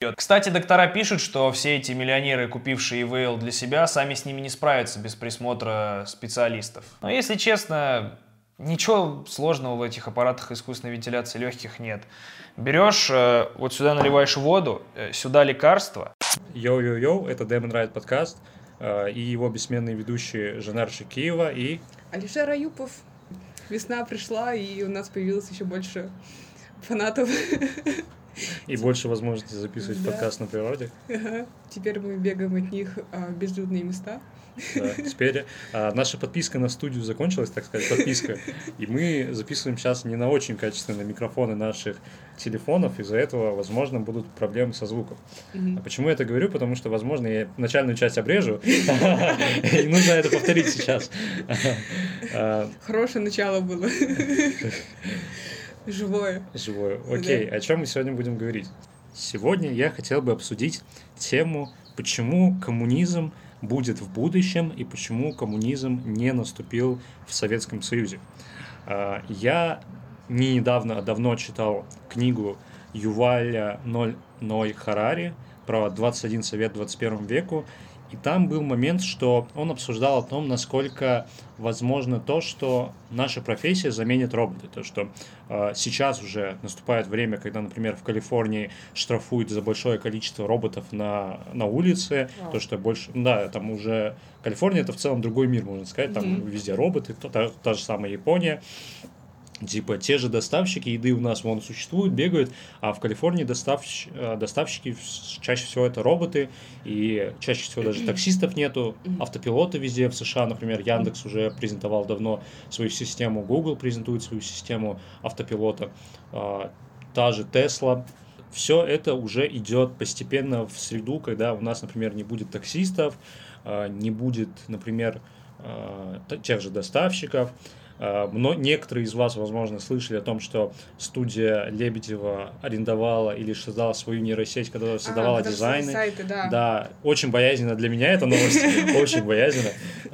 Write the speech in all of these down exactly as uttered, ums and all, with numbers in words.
Кстати, доктора пишут, что все эти миллионеры, купившие ИВЛ для себя, сами с ними не справятся без присмотра специалистов. Но если честно, ничего сложного в этих аппаратах искусственной вентиляции легких нет. Берешь, вот сюда наливаешь воду, сюда лекарство. Йоу-йоу-йоу, это Демон Райт подкаст и его бессменные ведущие Жанар Шикиева и... Алишер Аюпов. Весна пришла, и у нас появилось еще больше фанатов. И больше возможности записывать да. подкаст на природе. Ага. Теперь мы бегаем от них а, в безлюдные места. Да, теперь а, наша подписка на студию закончилась, так сказать, подписка. И мы записываем сейчас не на очень качественные микрофоны наших телефонов. Из-за этого, возможно, будут проблемы со звуком. Mm-hmm. А почему я это говорю? Потому что, возможно, я начальную часть обрежу. И нужно это повторить сейчас. Хорошее начало было. Живое. Живое. Окей, о чем мы сегодня будем говорить? Сегодня я хотел бы обсудить тему, почему коммунизм будет в будущем и почему коммунизм не наступил в Советском Союзе. Я не недавно, а давно читал книгу Юваля Ной Харари про двадцать один совет двадцать первому веку, и там был момент, что он обсуждал о том, насколько возможно то, что наша профессия заменит роботы. То, что э, сейчас уже наступает время, когда, например, в Калифорнии штрафуют за большое количество роботов на, на улице. Wow. То, что больше... Да, там уже... Калифорния — это в целом другой мир, можно сказать. Там mm-hmm. везде роботы, та, та же самая Япония. Типа, те же доставщики еды у нас вон существуют, бегают, а в Калифорнии доставщ... доставщики чаще всего это роботы, и чаще всего даже таксистов нету, автопилоты везде в США, например, Яндекс уже презентовал давно свою систему, Google презентует свою систему автопилота, та же Tesla. Все это уже идет постепенно в среду, когда у нас, например, не будет таксистов, не будет, например, тех же доставщиков. Но некоторые из вас, возможно, слышали о том, что студия Лебедева арендовала или создала свою нейросеть, которая создавала а, дизайны. Сайты, да. Да, очень боязненно для меня эта новость, очень боязненно.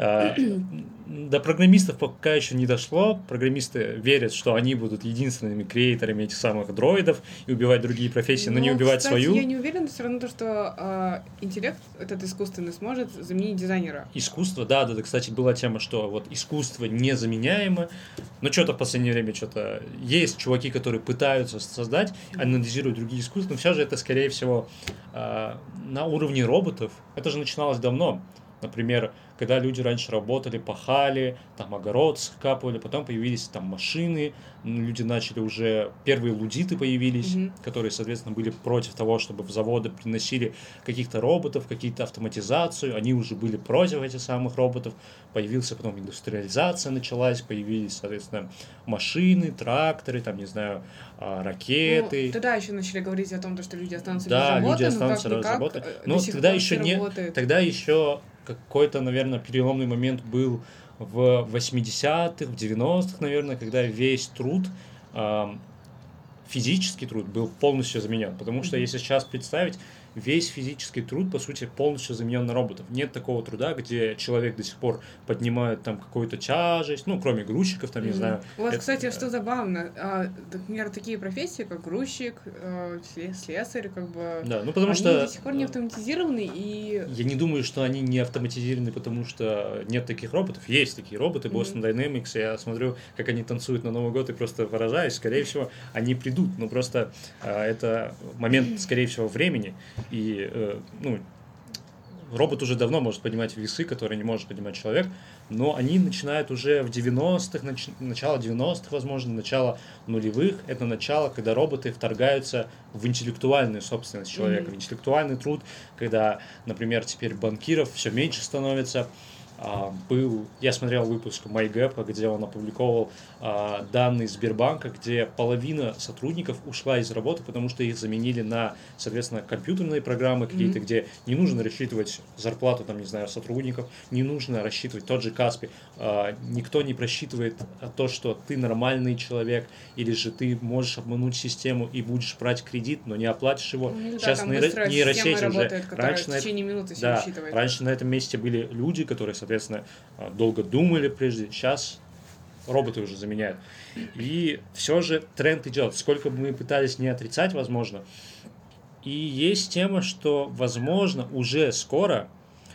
До программистов пока еще не дошло. Программисты верят, что они будут единственными креаторами этих самых дроидов и убивать другие профессии, но, но не убивать кстати, свою. Я не уверена все равно, то, что э, интеллект этот искусственный сможет заменить дизайнера. Искусство, да, да, да, кстати, была тема, что вот искусство незаменяемо, но что-то в последнее время что-то есть чуваки, которые пытаются создать, анализируют другие искусства, но все же это, скорее всего, э, на уровне роботов. Это же начиналось давно. Например, когда люди раньше работали, пахали, там огород скапывали, потом появились там машины, люди начали уже, первые лудиты появились, mm-hmm. которые, соответственно, были против того, чтобы в заводы приносили каких-то роботов, какие-то автоматизацию, они уже были против этих самых роботов, появился потом индустриализация началась, появились, соответственно, машины, тракторы, там, не знаю, ракеты. Ну, тогда еще начали говорить о том, что люди останутся да, без работы, люди останутся без работы, но тогда еще не, тогда еще какой-то, наверное, переломный момент был в восьмидесятых, в девяностых, наверное, когда весь труд, э, физический труд был полностью заменен. Потому что если сейчас представить, весь физический труд, по сути, полностью заменен на роботов. Нет такого труда, где человек до сих пор поднимает там какую-то тяжесть, ну, кроме грузчиков, там, не mm-hmm. знаю. У вас, это... кстати, что забавно, а, например, такие профессии, как грузчик, э, слесарь, как бы, да, ну, потому они что... до сих пор не автоматизированы, и... Я не думаю, что они не автоматизированы, потому что нет таких роботов. Есть такие роботы, Boston mm-hmm. Dynamics, я смотрю, как они танцуют на Новый год, и просто поражаюсь. Скорее всего, они придут, но просто э, это момент, скорее всего, времени. И, э, ну, робот уже давно может поднимать весы, которые не может поднимать человек, но они начинают уже в девяностых, нач... начало девяностых, возможно, начало нулевых. Это начало, когда роботы вторгаются в интеллектуальную собственность человека, mm-hmm. в интеллектуальный труд, когда, например, теперь банкиров все меньше становится. Был, я смотрел выпуск MyGap, где он опубликовал а, данные Сбербанка, где половина сотрудников ушла из работы, потому что их заменили на, соответственно, компьютерные программы какие-то, mm-hmm. где не нужно рассчитывать зарплату, там, не знаю, сотрудников, не нужно рассчитывать тот же Каспи. А, никто не просчитывает то, что ты нормальный человек, или же ты можешь обмануть систему и будешь брать кредит, но не оплатишь его. Ну, Сейчас да, нейро- нейросеть уже... Работает, раньше в течение минуты да, считывает. Раньше на этом месте были люди, которые, соответственно, долго думали прежде, сейчас роботы уже заменяют. И все же тренд идет. Сколько бы мы пытались не отрицать, возможно, И есть тема, что, возможно, уже скоро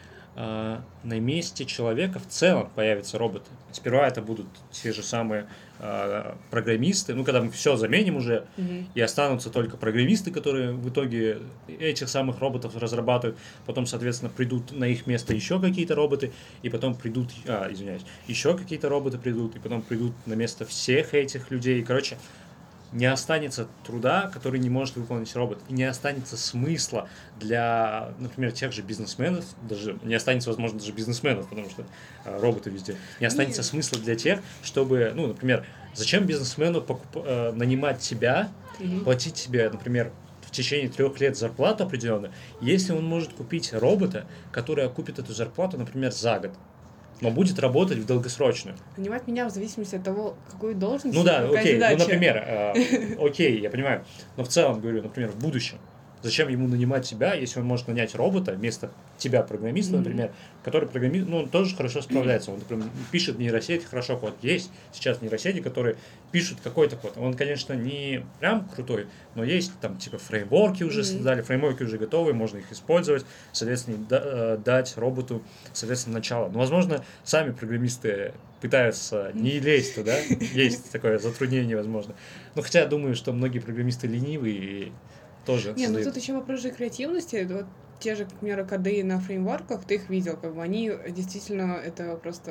э, на месте человека в целом появятся роботы. Сперва это будут те же самые э, программисты, ну, когда мы все заменим уже, Мгм. и останутся только программисты, которые в итоге этих самых роботов разрабатывают, потом, соответственно, придут на их место еще какие-то роботы, и потом придут, а, извиняюсь, еще какие-то роботы придут, и потом придут на место всех этих людей. Короче, не останется труда, который не может выполнить робот, и не останется смысла для, например, тех же бизнесменов, даже не останется, возможно, даже бизнесменов, потому что а, роботы везде, не останется Нет. смысла для тех, чтобы, ну, например, зачем бизнесмену покуп- э, нанимать тебя, Мгм. платить тебе, например, в течение трех лет зарплату определенную, если он может купить робота, который окупит эту зарплату, например, за год, но будет работать в долгосрочную. Нанимать меня в зависимости от того, какую должность Ну и да, какая окей, задача. ну, например, э, окей, я понимаю, но в целом, говорю, например, в будущем, зачем ему нанимать тебя, если он может нанять робота вместо тебя, программиста, Мгм. например, который программист, ну, он тоже хорошо справляется, он, например, пишет в нейросети хорошо код. Есть сейчас нейросети, которые пишут какой-то код. Он, конечно, не прям крутой, но есть там, типа, фреймворки уже Мгм. создали, фреймворки уже готовы, можно их использовать, соответственно, да- э, дать роботу, соответственно, начало. Но, возможно, сами программисты пытаются не лезть туда, есть такое затруднение, возможно. Но хотя я думаю, что многие программисты ленивые и тоже Не, ну создают. тут еще вопрос же креативности. Вот те же, к примеру, коды на фреймворках, ты их видел, как бы они действительно это просто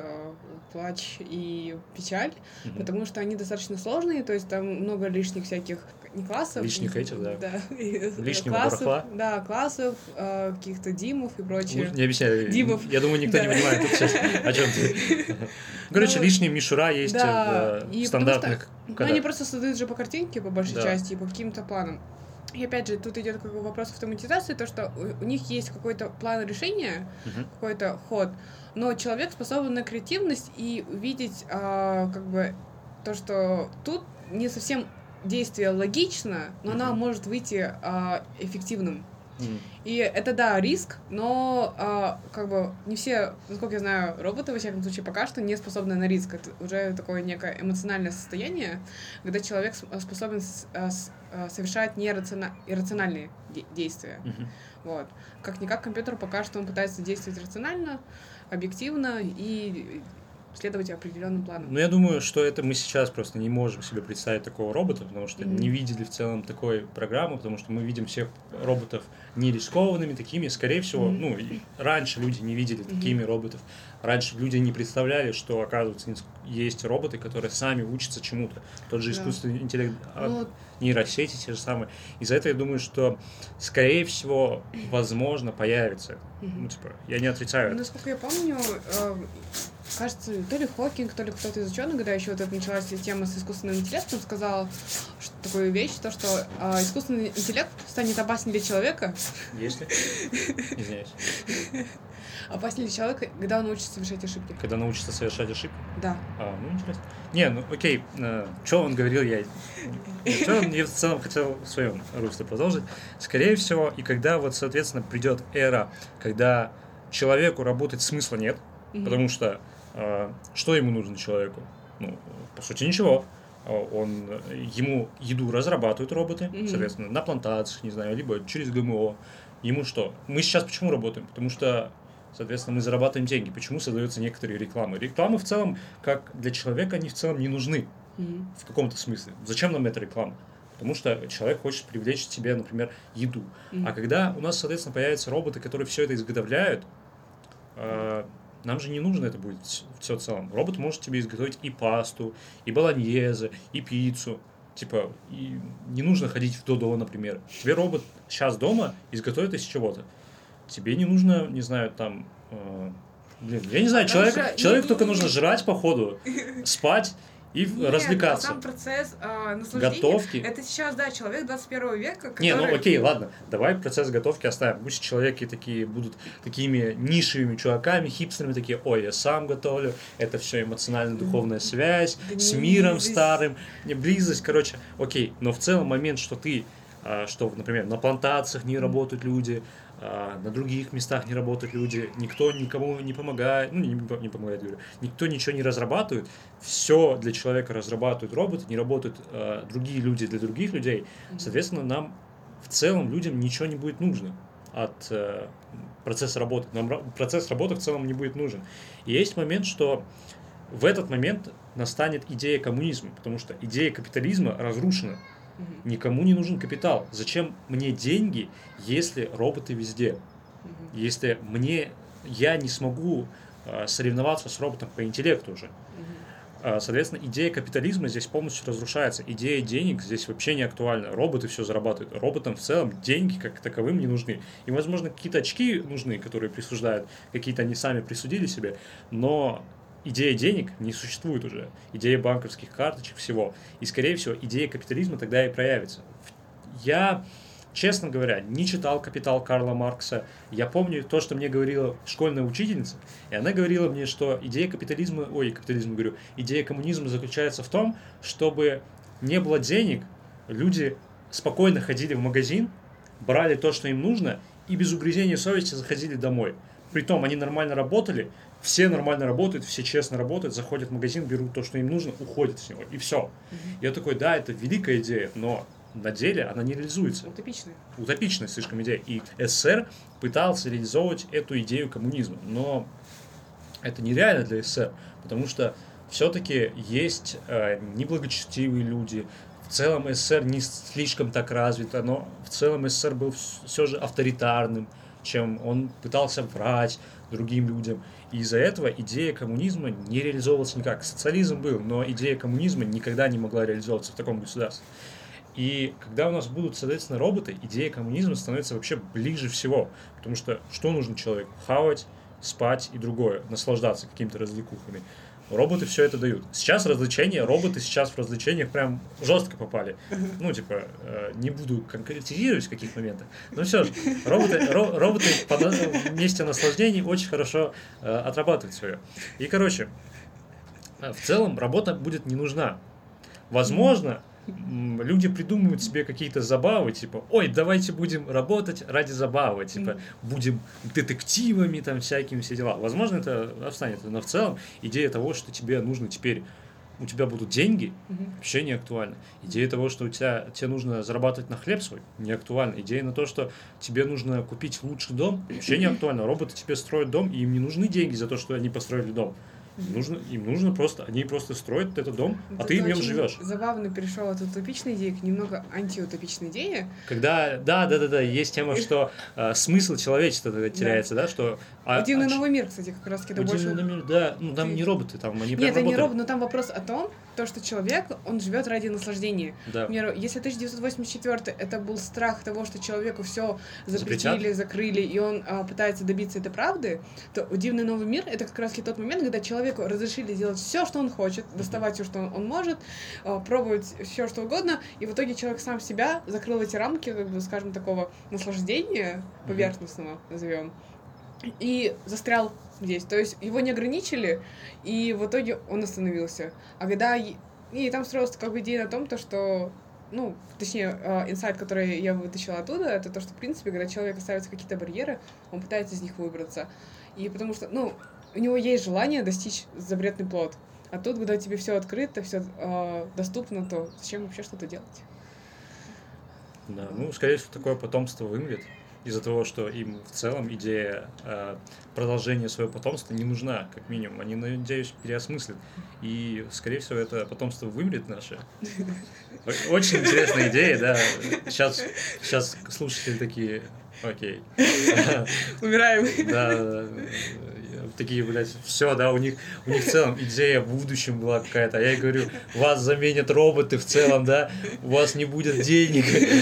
плач и печаль, Мгм. потому что они достаточно сложные, то есть там много лишних всяких не классов. Лишних этих, да. и Лишнего классов, барахла. да, классов, э, каких-то димов и прочее. Лучше не объясняй. Димов. Я думаю, никто не Да. понимает тут сейчас, о чем ты. Короче, Ну, лишняя мишура есть да, в и э, потому стандартных Ну, кодах. они просто создают же по картинке, по большей Да. части, и по каким-то планам. И опять же, тут идет как бы вопрос автоматизации, то, что у, у них есть какой-то план решения, Мгм. какой-то ход, но человек способен на креативность и увидеть а, как бы то, что тут не совсем действие логично, но оно Мгм. может выйти а, эффективным. М. И это, да, риск, но а, как бы не все, насколько я знаю, роботы, во всяком случае, пока что не способны на риск. Это уже такое некое эмоциональное состояние, когда человек с- способен с- а, с- а, совершать нерациональные иррациональные де- действия. Мгм. Вот. Как-никак компьютер пока что он пытается действовать рационально, объективно и следовать определенным планам. Ну, я думаю, что это мы сейчас просто не можем себе представить такого робота, потому что Мгм. не видели в целом такой программы, потому что мы видим всех роботов не рискованными такими, скорее всего, Мгм. ну, и раньше люди не видели Мгм. такими роботов, раньше люди не представляли, что, оказывается, есть роботы, которые сами учатся чему-то. Тот же Да. искусственный интеллект, а, Ну, нейросети те же самые. Из-за этого я думаю, что, скорее всего, возможно, появится. мгм. Ну, типа, я не отрицаю это. Насколько я помню, э, кажется, то ли Хокинг, то ли кто-то из ученых, когда еще вот это началась тема с искусственным интеллектом, сказал что, такую вещь, то, что э, искусственный интеллект станет опасен для человека, Если? Извиняюсь. опасен для человека, когда он учится совершать ошибки. Когда научится совершать ошибки. Да. А, ну интересно. Не, ну окей, что он говорил, я... Что он, я в целом хотел в своем русле продолжить. Скорее всего, и когда вот, соответственно, придет эра, когда человеку работать смысла нет, Мгм. потому что э, что ему нужно человеку? Ну, по сути, ничего. А Он, ему еду разрабатывают роботы, Мгм. соответственно, на плантациях, не знаю, либо через ГМО. Ему что? Мы сейчас почему работаем? Потому что, соответственно, мы зарабатываем деньги. Почему создаются некоторые рекламы? Рекламы в целом, как для человека, они в целом не нужны Мгм. в каком-то смысле. Зачем нам эта реклама? Потому что человек хочет привлечь к себе, например, еду. Мгм. А когда у нас, соответственно, появятся роботы, которые все это изготовляют, э, нам же не нужно это будет все в целом. Робот может тебе изготовить и пасту, и болоньезе, и пиццу. Типа, и не нужно ходить в Додо, например. Тебе робот сейчас дома изготовит из чего-то. Тебе не нужно, не знаю, там... э, блин, я не знаю, Там человек, же- человеку не- только не- нужно не- жрать, походу, спать и Нет, развлекаться. сам процесс а, наслаждения. Готовки. Это сейчас, да, человек двадцать первого века, который... Не, ну окей, ладно, давай процесс готовки оставим. Пусть человеки такие будут такими нишевыми чуваками, хипстерами, такие, ой, я сам готовлю, это все эмоционально-духовная связь Да с не миром близость. старым, не близость, короче, окей, но в целом момент, что ты, а, что, например, на плантациях не работают люди, а, на других местах не работают люди, никто никому не помогает, ну, не, не помогает, говорю, никто ничего не разрабатывает, все для человека разрабатывают роботы, не работают а, другие люди для других людей, Мгм. соответственно, нам в целом людям ничего не будет нужно от э, процесса работы. Нам ра- процесс работы в целом не будет нужен. И есть момент, что в этот момент настанет идея коммунизма, потому что идея капитализма разрушена. Мгм. Никому не нужен капитал. Зачем мне деньги, если роботы везде? Мгм. Если мне я не смогу э, соревноваться с роботом по интеллекту уже. Мгм. Э, соответственно, идея капитализма здесь полностью разрушается. Идея денег здесь вообще не актуальна. Роботы все зарабатывают. Роботам в целом деньги как таковым не нужны. Им, возможно, какие-то очки нужны, которые присуждают, какие-то они сами присудили себе, но идея денег не существует уже. Идея банковских карточек, всего. И, скорее всего, идея капитализма тогда и проявится. Я, честно говоря, не читал «Капитал» Карла Маркса. Я помню то, что мне говорила школьная учительница, и она говорила мне, что идея капитализма, ой, капитализм, говорю, идея коммунизма заключается в том, чтобы не было денег, люди спокойно ходили в магазин, брали то, что им нужно, и без угрызения совести заходили домой. Притом они нормально работали, все нормально работают, все честно работают, заходят в магазин, берут то, что им нужно, уходят с него, и все. Мгм. Я такой, да, это великая идея, но на деле она не реализуется. Утопичный. Утопичная слишком идея. И СССР пытался реализовывать эту идею коммунизма, но это нереально для СССР, потому что все-таки есть э, неблагочестивые люди. В целом СССР не слишком так развито, но в целом СССР был все же авторитарным, чем он пытался врать другим людям. И из-за этого идея коммунизма не реализовывалась никак. Социализм был, но идея коммунизма никогда не могла реализовываться в таком государстве. И когда у нас будут, соответственно, роботы, идея коммунизма становится вообще ближе всего. Потому что что нужно человеку? Хавать, спать и другое, наслаждаться какими-то развлекухами. Роботы все это дают. Сейчас развлечения, роботы сейчас в развлечениях прям жестко попали. Ну, типа, э, не буду конкретизировать в каких моментах, но все же, роботы, ро, роботы по на- месте наслаждений очень хорошо э, отрабатывают свое. И, короче, э, в целом работа будет не нужна. Возможно, м, люди придумывают себе какие-то забавы, типа, ой, давайте будем работать ради забавы, типа, Мгм. будем детективами, там, всякими все дела. Возможно, это останется, но в целом идея того, что тебе нужно теперь, у тебя будут деньги, Мгм. вообще не актуальна. Идея того, что у тебя, тебе нужно зарабатывать на хлеб свой, не актуальна. Идея на то, что тебе нужно купить лучший дом, вообще не актуальна. Роботы тебе строят дом, и им не нужны деньги за то, что они построили дом. Им нужно, им нужно просто, они просто строят этот дом, а Вот ты это в нем очень живешь. Забавно перешел от утопичной идеи к немного антиутопичной идее. Когда, да, да, да, да, есть тема, что э, смысл человечества тогда теряется, да, что... а- Удивный а ч- новый мир, кстати, как раз таки это Удивный больше... новый мир, да, ну там Ты- не роботы, там они Нет, прям это не работали. робот, но там вопрос о том, то, что человек, он живет ради наслаждения. Да. К примеру, если тысяча девятьсот восемьдесят четвёртый это был страх того, что человеку все запретили, Запретят? закрыли, и он а, пытается добиться этой правды, то «Дивный новый мир» — это как раз тот момент, когда человеку разрешили делать все, что он хочет, доставать все, что он, он может, а, пробовать все, что угодно, и в итоге человек сам себя закрыл в эти рамки, как бы, скажем, такого наслаждения поверхностного, назовем, и застрял здесь. То есть его не ограничили, и в итоге он остановился. А когда... е- И там строилась как бы идея на том, то, что... Ну, точнее, э, инсайт, который я вытащила оттуда, это то, что, в принципе, когда человек ставится какие-то барьеры, он пытается из них выбраться. И потому что, ну, у него есть желание достичь запретный плод. А тут, когда тебе все открыто, все доступно, то зачем вообще что-то делать? Да, ну, скорее всего, такое потомство вымрет из-за того, что им в целом идея э, продолжения своего потомства не нужна, как минимум. Они, надеюсь, переосмыслят. И, скорее всего, это потомство вымрет наше. О- Очень интересная идея, да. Сейчас, сейчас слушатели такие, окей. Умираем. Да, да, да. Такие, блядь, все, да, у них, у них в целом идея в будущем была какая-то. А я ей говорю, вас заменят роботы в целом, да, у вас не будет денег.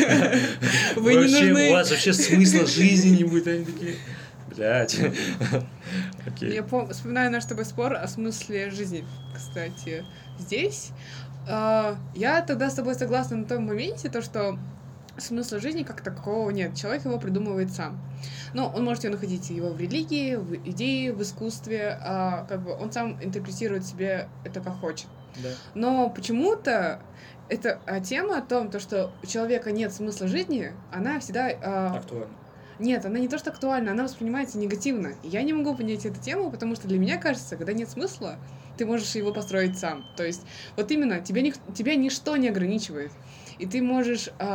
Вы не Вообще, нужны. у вас вообще смысла жизни не будет. Они такие, блядь. Окей. Я пом- вспоминаю наш с тобой спор о смысле жизни, кстати, здесь. А, Я тогда с тобой согласна на том моменте, то, что смысла жизни как такового нет. Человек его придумывает сам. Но он может ее находить его в религии, в идее, в искусстве. а, Как бы он сам интерпретирует себе это как хочет. Да. Но почему-то эта а, тема о том, то, что у человека нет смысла жизни, она всегда... а, Актуально. Нет, она не то что актуальна, она воспринимается негативно. И я не могу понять эту тему, потому что для меня кажется, когда нет смысла, ты можешь его построить сам. То есть вот именно тебя, ни, тебя ничто не ограничивает. И ты можешь а,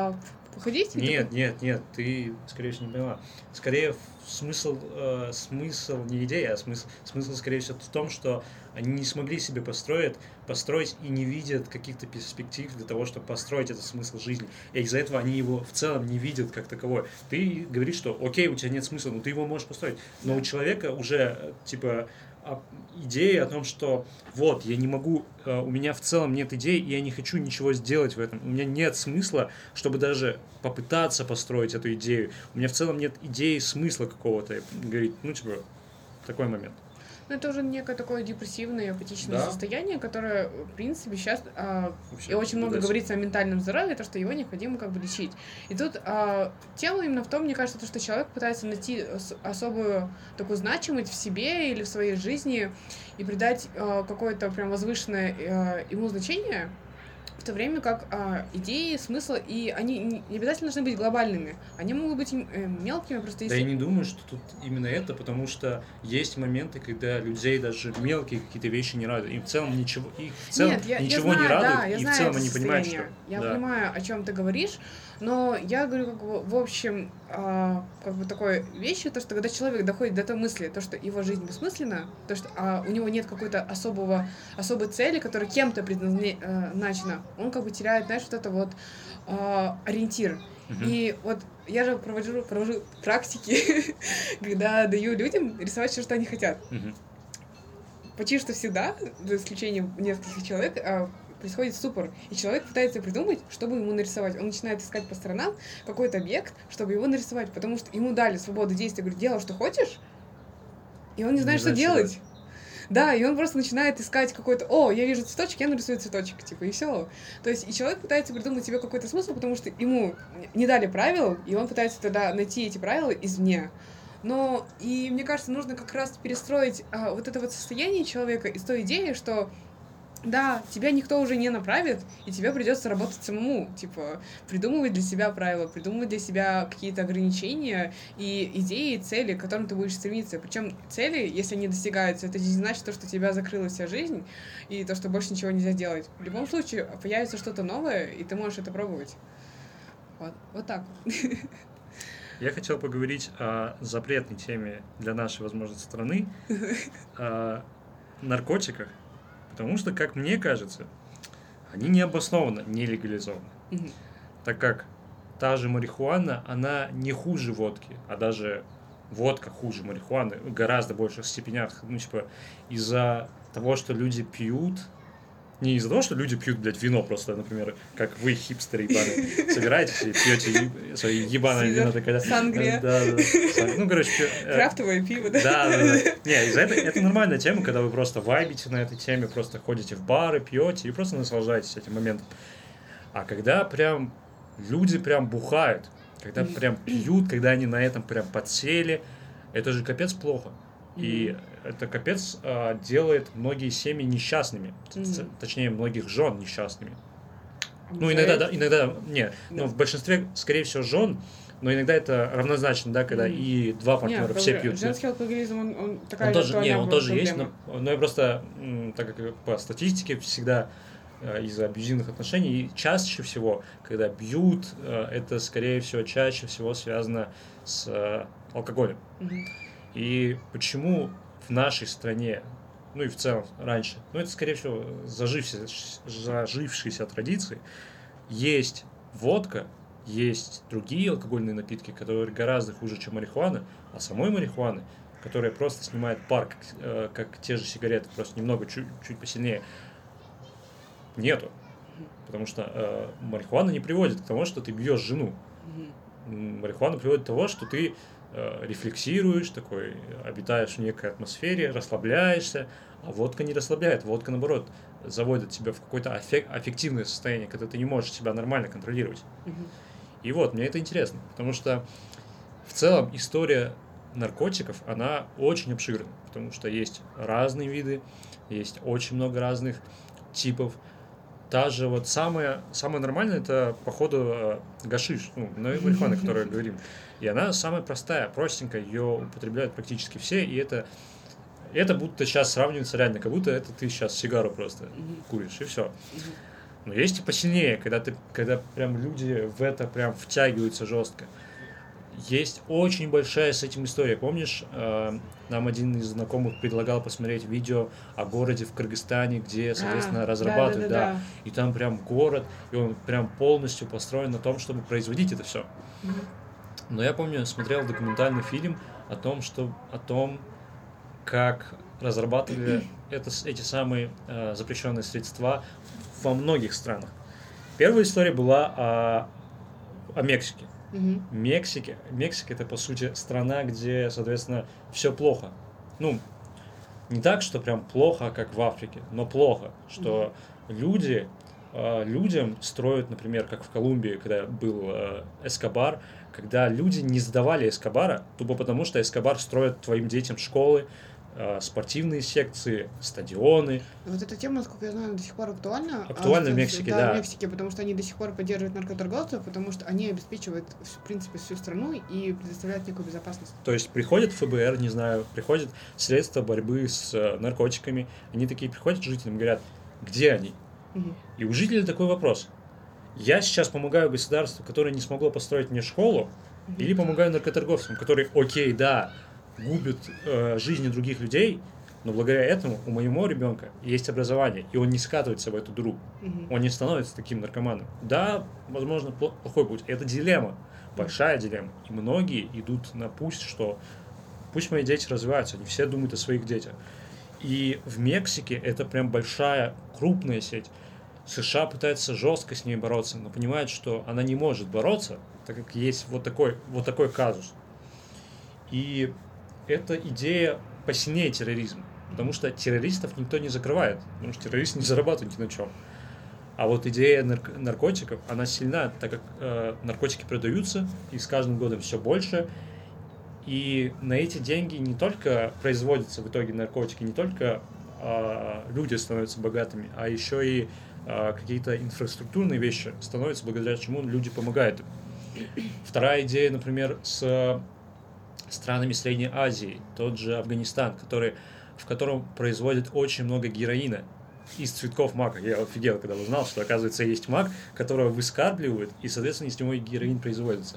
походить? Нет, такой... нет, нет, ты, скорее всего, не поняла. Скорее, смысл, э, смысл не идея, а смысл, смысл, скорее всего, в том, что они не смогли себе построить, построить и не видят каких-то перспектив для того, чтобы построить этот смысл жизни. И из-за этого они его в целом не видят как таковой. Ты говоришь, что окей, у тебя нет смысла, но ты его можешь построить. Но у человека уже, типа, идея о том, что вот, я не могу, у меня в целом нет идей, и я не хочу ничего сделать в этом. У меня нет смысла, чтобы даже попытаться построить эту идею. У меня в целом нет идеи смысла какого-то. Говорит, ну, типа, такой момент. Ну, это уже некое такое депрессивное, апатичное Да. состояние, которое, в принципе, сейчас а, Вообще, и очень много да. говорится о ментальном здоровье, то, что его необходимо как бы лечить. И тут а, тема именно в том, мне кажется, то, что человек пытается найти особую такую значимость в себе или в своей жизни и придать а, какое-то прям возвышенное а, ему значение, в то время как а, идеи, смысл, и они не обязательно должны быть глобальными. Они могут быть э, мелкими, просто если... Да я не думаю, что тут именно это, потому что есть моменты, когда людей даже мелкие какие-то вещи не радуют. Им в целом ничего, их в целом Нет, я, ничего я знаю, не радует, да, я и знаю в целом это они понимают, что... состояние. Я да. понимаю, о чем ты говоришь, но я говорю, как бы, в общем, а, как бы такой вещи, то, что когда человек доходит до той мысли, то, что его жизнь бессмысленна, то, что а, у него нет какой-то особого, особой цели, которая кем-то предназначена, он как бы теряет, знаешь, вот это вот а, ориентир. Мгм. И вот я же провожу, провожу практики, когда даю людям рисовать все, что они хотят. Мгм. Почти что всегда, за исключением нескольких человек, а, происходит ступор. И человек пытается придумать, чтобы ему нарисовать. Он начинает искать по сторонам какой-то объект, чтобы его нарисовать, потому что ему дали свободу действия. Говорит, делай, что хочешь, и он не знает, Не что знает, делать. что Да, и он просто начинает искать какой-то, о, я вижу цветочек, я нарисую цветочек, типа, и все. То есть и человек пытается придумать себе какой-то смысл, потому что ему не дали правил, и он пытается тогда найти эти правила извне. Но, и мне кажется, нужно как раз перестроить а, вот это вот состояние человека из той идеи, что да, тебя никто уже не направит, и тебе придется работать самому, типа, придумывать для себя правила, придумывать для себя какие-то ограничения и идеи, цели, к которым ты будешь стремиться. Причем цели, если они достигаются, это не значит то, что тебя закрыла вся жизнь, и то, что больше ничего нельзя делать. В любом случае, появится что-то новое, и ты можешь это пробовать. Вот, вот так вот. Я хотел поговорить о запретной теме для нашей, возможно, страны, о наркотиках, потому что, как мне кажется, они необоснованно не легализованы, Мгм. так как та же марихуана, она не хуже водки, а даже водка хуже марихуаны в гораздо больших степенях, ну, типа, из-за того, что люди пьют, не из-за того, что люди пьют, блядь, вино просто, например, как вы, хипстеры ебаные, собираетесь и пьете еб... свои ебаное Сидор, вино. Такое, да? сангрия. Да, да, да. Ну, короче... пью- э, Крафтовое пиво, да? Да, да, да. Не, из-за этого это нормальная тема, когда вы просто вайбите на этой теме, просто ходите в бары, пьете и просто наслаждаетесь этим моментом. А когда прям люди прям бухают, когда прям пьют, когда они на этом прям подсели, это же капец плохо. И это капец а, делает многие семьи несчастными, т- т- точнее, многих жен несчастными. Ну, иногда, да, иногда, не, ну, в большинстве, скорее всего, жен, но иногда это равнозначно, да, когда Мгм. и два партнера Нет, все как бы пьют. женский алкоголизм, он, он такая Он же тоже, не, актуальная он тоже есть, проблема. но, но я просто, м, так как по статистике всегда э, из-за абьюзивных отношений, и чаще всего, когда бьют, э, это, скорее всего, чаще всего связано с э, алкоголем. Мгм. И почему в нашей стране, ну и в целом раньше, ну это, скорее всего, зажившиеся, зажившиеся традиции, есть водка, есть другие алкогольные напитки, которые гораздо хуже, чем марихуана, а самой марихуаны, которая просто снимает пар, как, э, как те же сигареты, просто немного, чуть, чуть посильнее, нету. Потому что э, марихуана не приводит к тому, что ты бьешь жену. Мгм. Марихуана приводит к тому, что ты э, рефлексируешь, такой, обитаешь в некой атмосфере, расслабляешься, а водка не расслабляет, водка, наоборот, заводит тебя в какое-то аффек- аффективное состояние, когда ты не можешь себя нормально контролировать. Мгм. И вот, мне это интересно, потому что в целом история наркотиков, она очень обширна, потому что есть разные виды, есть очень много разных типов. Та же вот самая, самая нормальная, это, походу, э, гашиш, ну, марихуана, о которой говорим. И она самая простая, простенькая, ее употребляют практически все, и это, это будто сейчас сравнивается реально, как будто это ты сейчас сигару просто Мгм. куришь, и все. Мгм. Но есть и посильнее, когда, ты, когда прям люди в это прям втягиваются жестко. Есть очень большая с этим история. Помнишь, э, нам один из знакомых предлагал посмотреть видео о городе в Кыргызстане, где, соответственно, А, разрабатывают, да, да-да-да-да. и там прям город, и он прям полностью построен на том, чтобы производить это все. Мгм. Но я помню, смотрел документальный фильм о том, что, о том, как разрабатывали это, эти самые э, запрещенные средства во многих странах. Первая история была о, о Мексике. Мгм. Мексике. Мексика это, по сути, страна, где, соответственно, все плохо. Ну, не так, что прям плохо, как в Африке, но плохо, что люди, э, людям строят, например, как в Колумбии, когда был э, Эскобар, когда люди не сдавали Эскобара, тупо потому, что Эскобар строит твоим детям школы, э, спортивные секции, стадионы. Вот эта тема, насколько я знаю, до сих пор актуальна. Актуальна А, в с- Мексике, да. да. в Мексике, потому что они до сих пор поддерживают наркоторговцев, потому что они обеспечивают, в принципе, всю страну и предоставляют некую безопасность. То есть приходит ФБР, не знаю, приходят средства борьбы с э, наркотиками, они такие приходят к жителям и говорят, где они? Мгм. И у жителей такой вопрос. Я сейчас помогаю государству, которое не смогло построить мне школу, Мгм. или помогаю наркоторговцам, которые, окей, да, губят э, жизни других людей, но благодаря этому у моего ребенка есть образование, и он не скатывается в эту дыру, Мгм. он не становится таким наркоманом. Да, возможно, пло- плохой путь. Это дилемма, большая дилемма. И многие идут на пусть, что пусть мои дети развиваются, они все думают о своих детях. И в Мексике это прям большая, крупная сеть. США пытается жестко с ней бороться, но понимает, что она не может бороться, так как есть вот такой, вот такой казус. И эта идея посильнее терроризма, потому что террористов никто не закрывает, потому что террористы не зарабатывают ни на чем. А вот идея нарк- наркотиков, она сильна, так как э, наркотики продаются, и с каждым годом все больше. И на эти деньги не только производятся в итоге наркотики, не только э, люди становятся богатыми, а еще и э, какие-то инфраструктурные вещи становятся, благодаря чему люди помогают им. Вторая идея, например, с странами Средней Азии, тот же Афганистан, который, в котором производят очень много героина из цветков мака. Я офигел, когда узнал, что, оказывается, есть мак, которого выскармливают, и, соответственно, из него и героин производится.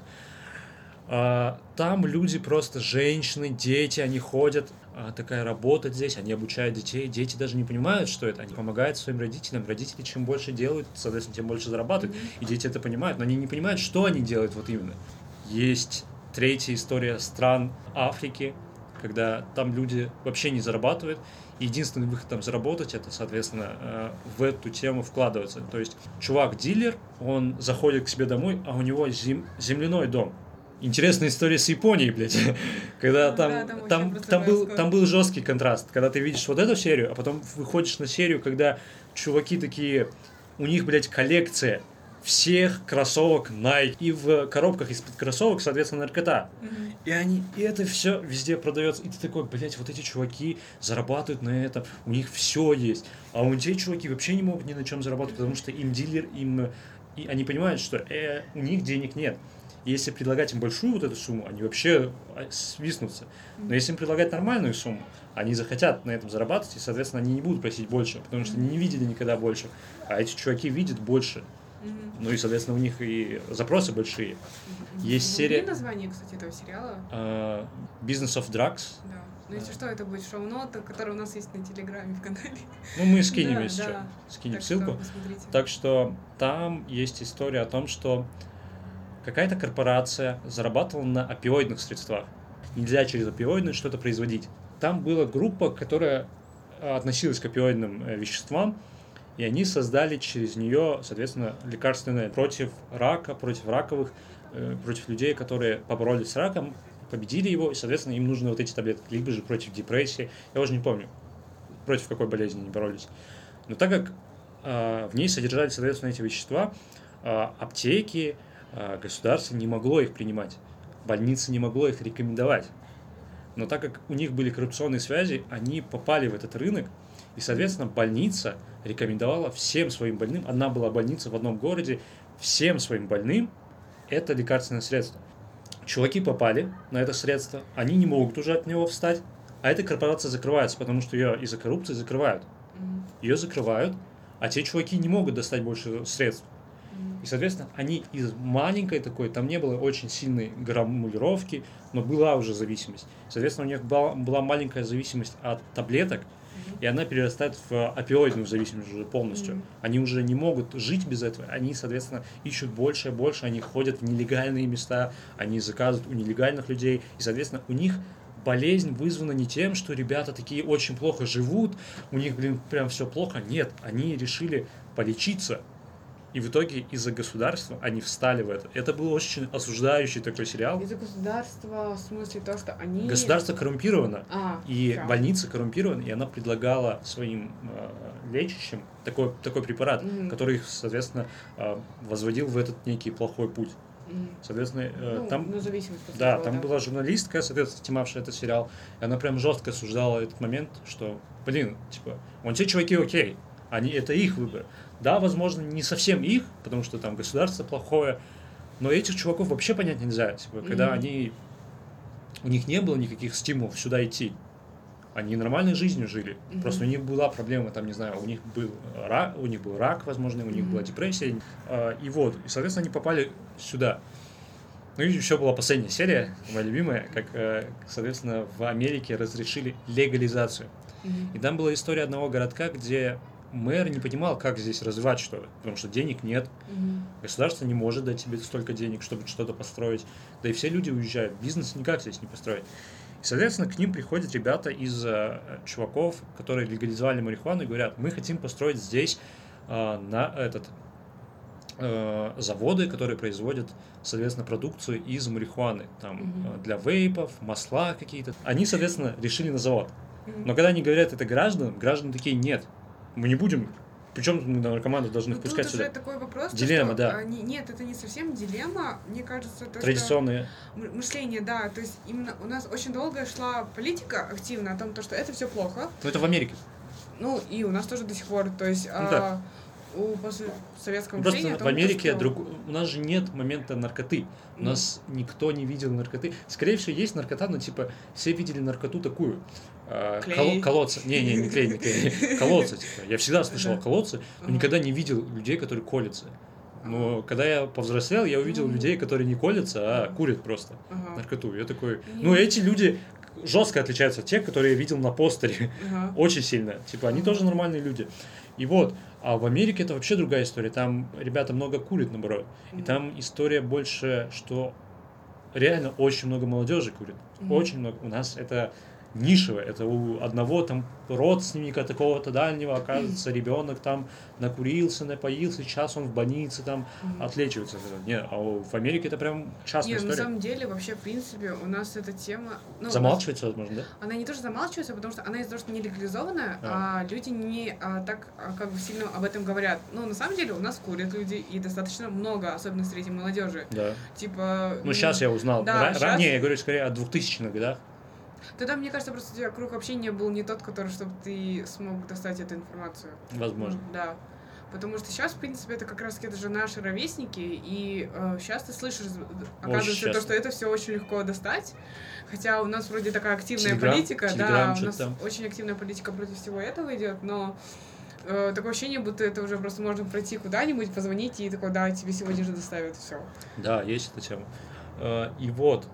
А, там люди просто, женщины, дети, они ходят, а, такая работа здесь, они обучают детей, дети даже не понимают, что это, они помогают своим родителям, родители чем больше делают, соответственно, тем больше зарабатывают, и дети это понимают, но они не понимают, что они делают вот именно. Есть третья история стран Африки, когда там люди вообще не зарабатывают, и единственный выход там заработать, это, соответственно, э, в эту тему вкладываться. То есть чувак-дилер, он заходит к себе домой, а у него зем- земляной дом. Интересная история с Японией, блядь. Когда Да, там, там вообще там, просто там, был, происходит. там был жесткий контраст. Когда ты видишь вот эту серию, а потом выходишь на серию, когда чуваки такие, у них, блядь, коллекция всех кроссовок Nike. И в коробках из-под кроссовок, соответственно, наркота. Мгм. И они, и это все везде продается. И ты такой, блядь, вот эти чуваки зарабатывают на этом, у них все есть. А у эти чуваки вообще не могут ни на чем заработать, потому что им дилер, им... И они понимают, что э, у них денег нет. И если предлагать им большую вот эту сумму, они вообще а, свистнутся. Но если им предлагать нормальную сумму, они захотят на этом зарабатывать, и, соответственно, они не будут просить больше, потому что они не видели никогда больше. А эти чуваки видят больше. Мгм. Ну и, соответственно, у них и запросы большие. Есть Вы серия- видели название, кстати, этого сериала? А, Business of Drugs. Да. Ну, если что, это будет шоу-нота, который у нас есть на Телеграме в канале. Ну, мы скинем, Да, если да. что. Скинем Так что ссылку. посмотрите. Так что там есть история о том, что какая-то корпорация зарабатывала на опиоидных средствах. Нельзя через опиоидные что-то производить. Там была группа, которая а, относилась к опиоидным э, веществам, и они создали через нее, соответственно, лекарственное против рака, против раковых, э, против людей, которые поборолись с раком, победили его, и, соответственно, им нужны вот эти таблетки, либо же против депрессии. Я уже не помню, против какой болезни они боролись. Но так как э, в ней содержались, соответственно, эти вещества, э, аптеки, э, государство не могло их принимать, больница не могло их рекомендовать. Но так как у них были коррупционные связи, они попали в этот рынок, и, соответственно, больница рекомендовала всем своим больным, одна была больница в одном городе, всем своим больным это лекарственное средство. Чуваки попали на это средство, они не могут уже от него встать, а эта корпорация закрывается, потому что ее из-за коррупции закрывают. Мгм. Ее закрывают, а те чуваки не могут достать больше средств. И, соответственно, они из маленькой такой, там не было очень сильной граммулировки, но была уже зависимость. Соответственно, у них была, была маленькая зависимость от таблеток, mm-hmm. и она перерастает в опиоидную зависимость уже полностью. Mm-hmm. Они уже не могут жить без этого. Они, соответственно, ищут больше и больше, они ходят в нелегальные места, они заказывают у нелегальных людей, и, соответственно, у них болезнь вызвана не тем, что ребята такие очень плохо живут, у них, блин, прям все плохо. Нет, они решили полечиться. И в итоге из-за государства они встали в это. Это был очень осуждающий такой сериал. Из-за государства, в смысле то, что они... Государство коррумпировано, а, и да. больница коррумпирована, и она предлагала своим э, лечащим такой, такой препарат, mm-hmm. который их, соответственно, э, возводил в этот некий плохой путь. Mm-hmm. Соответственно, э, ну, там, ну, зависимость да, того, там да. была журналистка, соответственно, снимавшая этот сериал, и она прям жестко осуждала этот момент, что, блин, типа, вон те чуваки окей, они, это их выбор. Да, возможно, не совсем их, потому что там государство плохое, но этих чуваков вообще понять нельзя. Типа, mm-hmm. когда они, у них не было никаких стимулов сюда идти, они нормальной жизнью жили. Mm-hmm. Просто у них была проблема, там, не знаю, у них был рак, у них был рак, возможно, у них mm-hmm. была депрессия, и вот, и, соответственно, они попали сюда. Ну и еще была последняя серия, моя любимая, как, соответственно, в Америке разрешили легализацию. Mm-hmm. И там была история одного городка, где мэр не понимал, как здесь развивать что-то, потому что денег нет, mm-hmm. государство не может дать тебе столько денег, чтобы что-то построить, да и все люди уезжают, бизнес никак здесь не построить. И, соответственно, к ним приходят ребята из э, чуваков, которые легализовали марихуану, и говорят, мы хотим построить здесь э, на этот, э, заводы, которые производят, соответственно, продукцию из марихуаны, там, mm-hmm. э, для вейпов, масла какие-то. Они, соответственно, решили на завод. Mm-hmm. Но когда они говорят это гражданам, граждане такие, нет, мы не будем, причем мы наркоманов должны ну, впускать тут сюда. Уже такой вопрос, дилемма, что, да. А, не, нет, это не совсем дилемма, мне кажется, то, традиционное что мышление, да, то есть именно у нас очень долго шла политика активно о том, то, что это все плохо. Ну это в Америке. Ну и у нас тоже до сих пор, то есть ну, а, у постсоветского ну, мышления... Просто в Америке что... друг... у нас же нет момента наркоты, у mm. нас никто не видел наркоты. Скорее всего, есть наркота, но типа все видели наркоту такую. Клей. Кол- колодцы. Не-не, не клей, не клей. Колодцы, типа. Я всегда слышал колодцы, но никогда не видел людей, которые колятся. Но когда я повзрослел, я увидел людей, которые не колятся, а курят просто наркоту. Я такой, ну эти люди жестко отличаются от тех, которые я видел на постере. Очень сильно. Типа, они тоже нормальные люди. И вот, а в Америке это вообще другая история. Там ребята много курят, наоборот. И там история больше, что реально очень много молодежи курит. Очень много. У нас это нишевое. Это у одного там родственника такого-то дальнего, оказывается, ребенок там накурился, напоился, сейчас он в больнице там mm-hmm. отлечивается. Нет, а в Америке это прям частная Нет, история. на самом деле, вообще, в принципе, у нас эта тема... Ну, замалчивается, нас... возможно, да? Она не тоже замалчивается, потому что она из-за того, что не легализованная, а, а люди не а, так а, как бы сильно об этом говорят. Но на самом деле у нас курят люди, и достаточно много, особенно среди молодежи. Да. Типа... Ну, сейчас я узнал. Да, Ра- сейчас... Ранее, я говорю, скорее о двухтысячных годах. Тогда, мне кажется, просто у тебя круг общения был не тот, который, чтобы ты смог достать эту информацию. Возможно. Да. Потому что сейчас, в принципе, это как раз-таки это же наши ровесники, и э, сейчас ты слышишь, оказывается, то, что это все очень легко достать. Хотя у нас вроде такая активная Телеграм, политика, телеграм, да, у нас там. очень активная политика против всего этого идет, но э, такое ощущение, будто это уже просто можно пройти куда-нибудь, позвонить и такой, да, тебе сегодня же доставят все. Да, есть эта тема. И вот,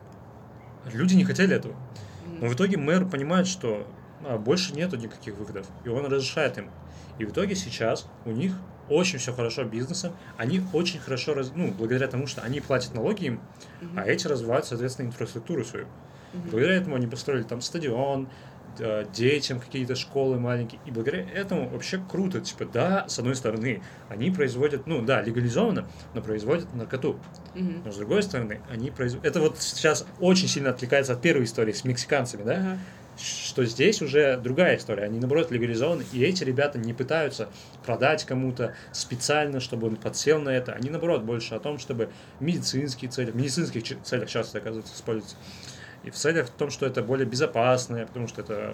люди не хотели этого. Но в итоге мэр понимает, что а, больше нету никаких выходов, и он разрешает им. И в итоге сейчас у них очень все хорошо бизнесом, они очень хорошо, раз... ну, благодаря тому, что они платят налоги им, uh-huh. а эти развивают, соответственно, инфраструктуру свою. Uh-huh. Благодаря этому они построили там стадион, детям какие-то школы маленькие, и благодаря этому вообще круто, типа, да, с одной стороны, они производят, ну, да, легализованно, но производят наркоту, uh-huh. но с другой стороны, они производят, это вот сейчас очень сильно отвлекается от первой истории с мексиканцами, да, uh-huh. что здесь уже другая история, они, наоборот, легализованы, и эти ребята не пытаются продать кому-то специально, чтобы он подсел на это, они, наоборот, больше о том, чтобы медицинские цели, в медицинских целях часто, оказывается, используются. И в целях в том, что это более безопасное, потому что это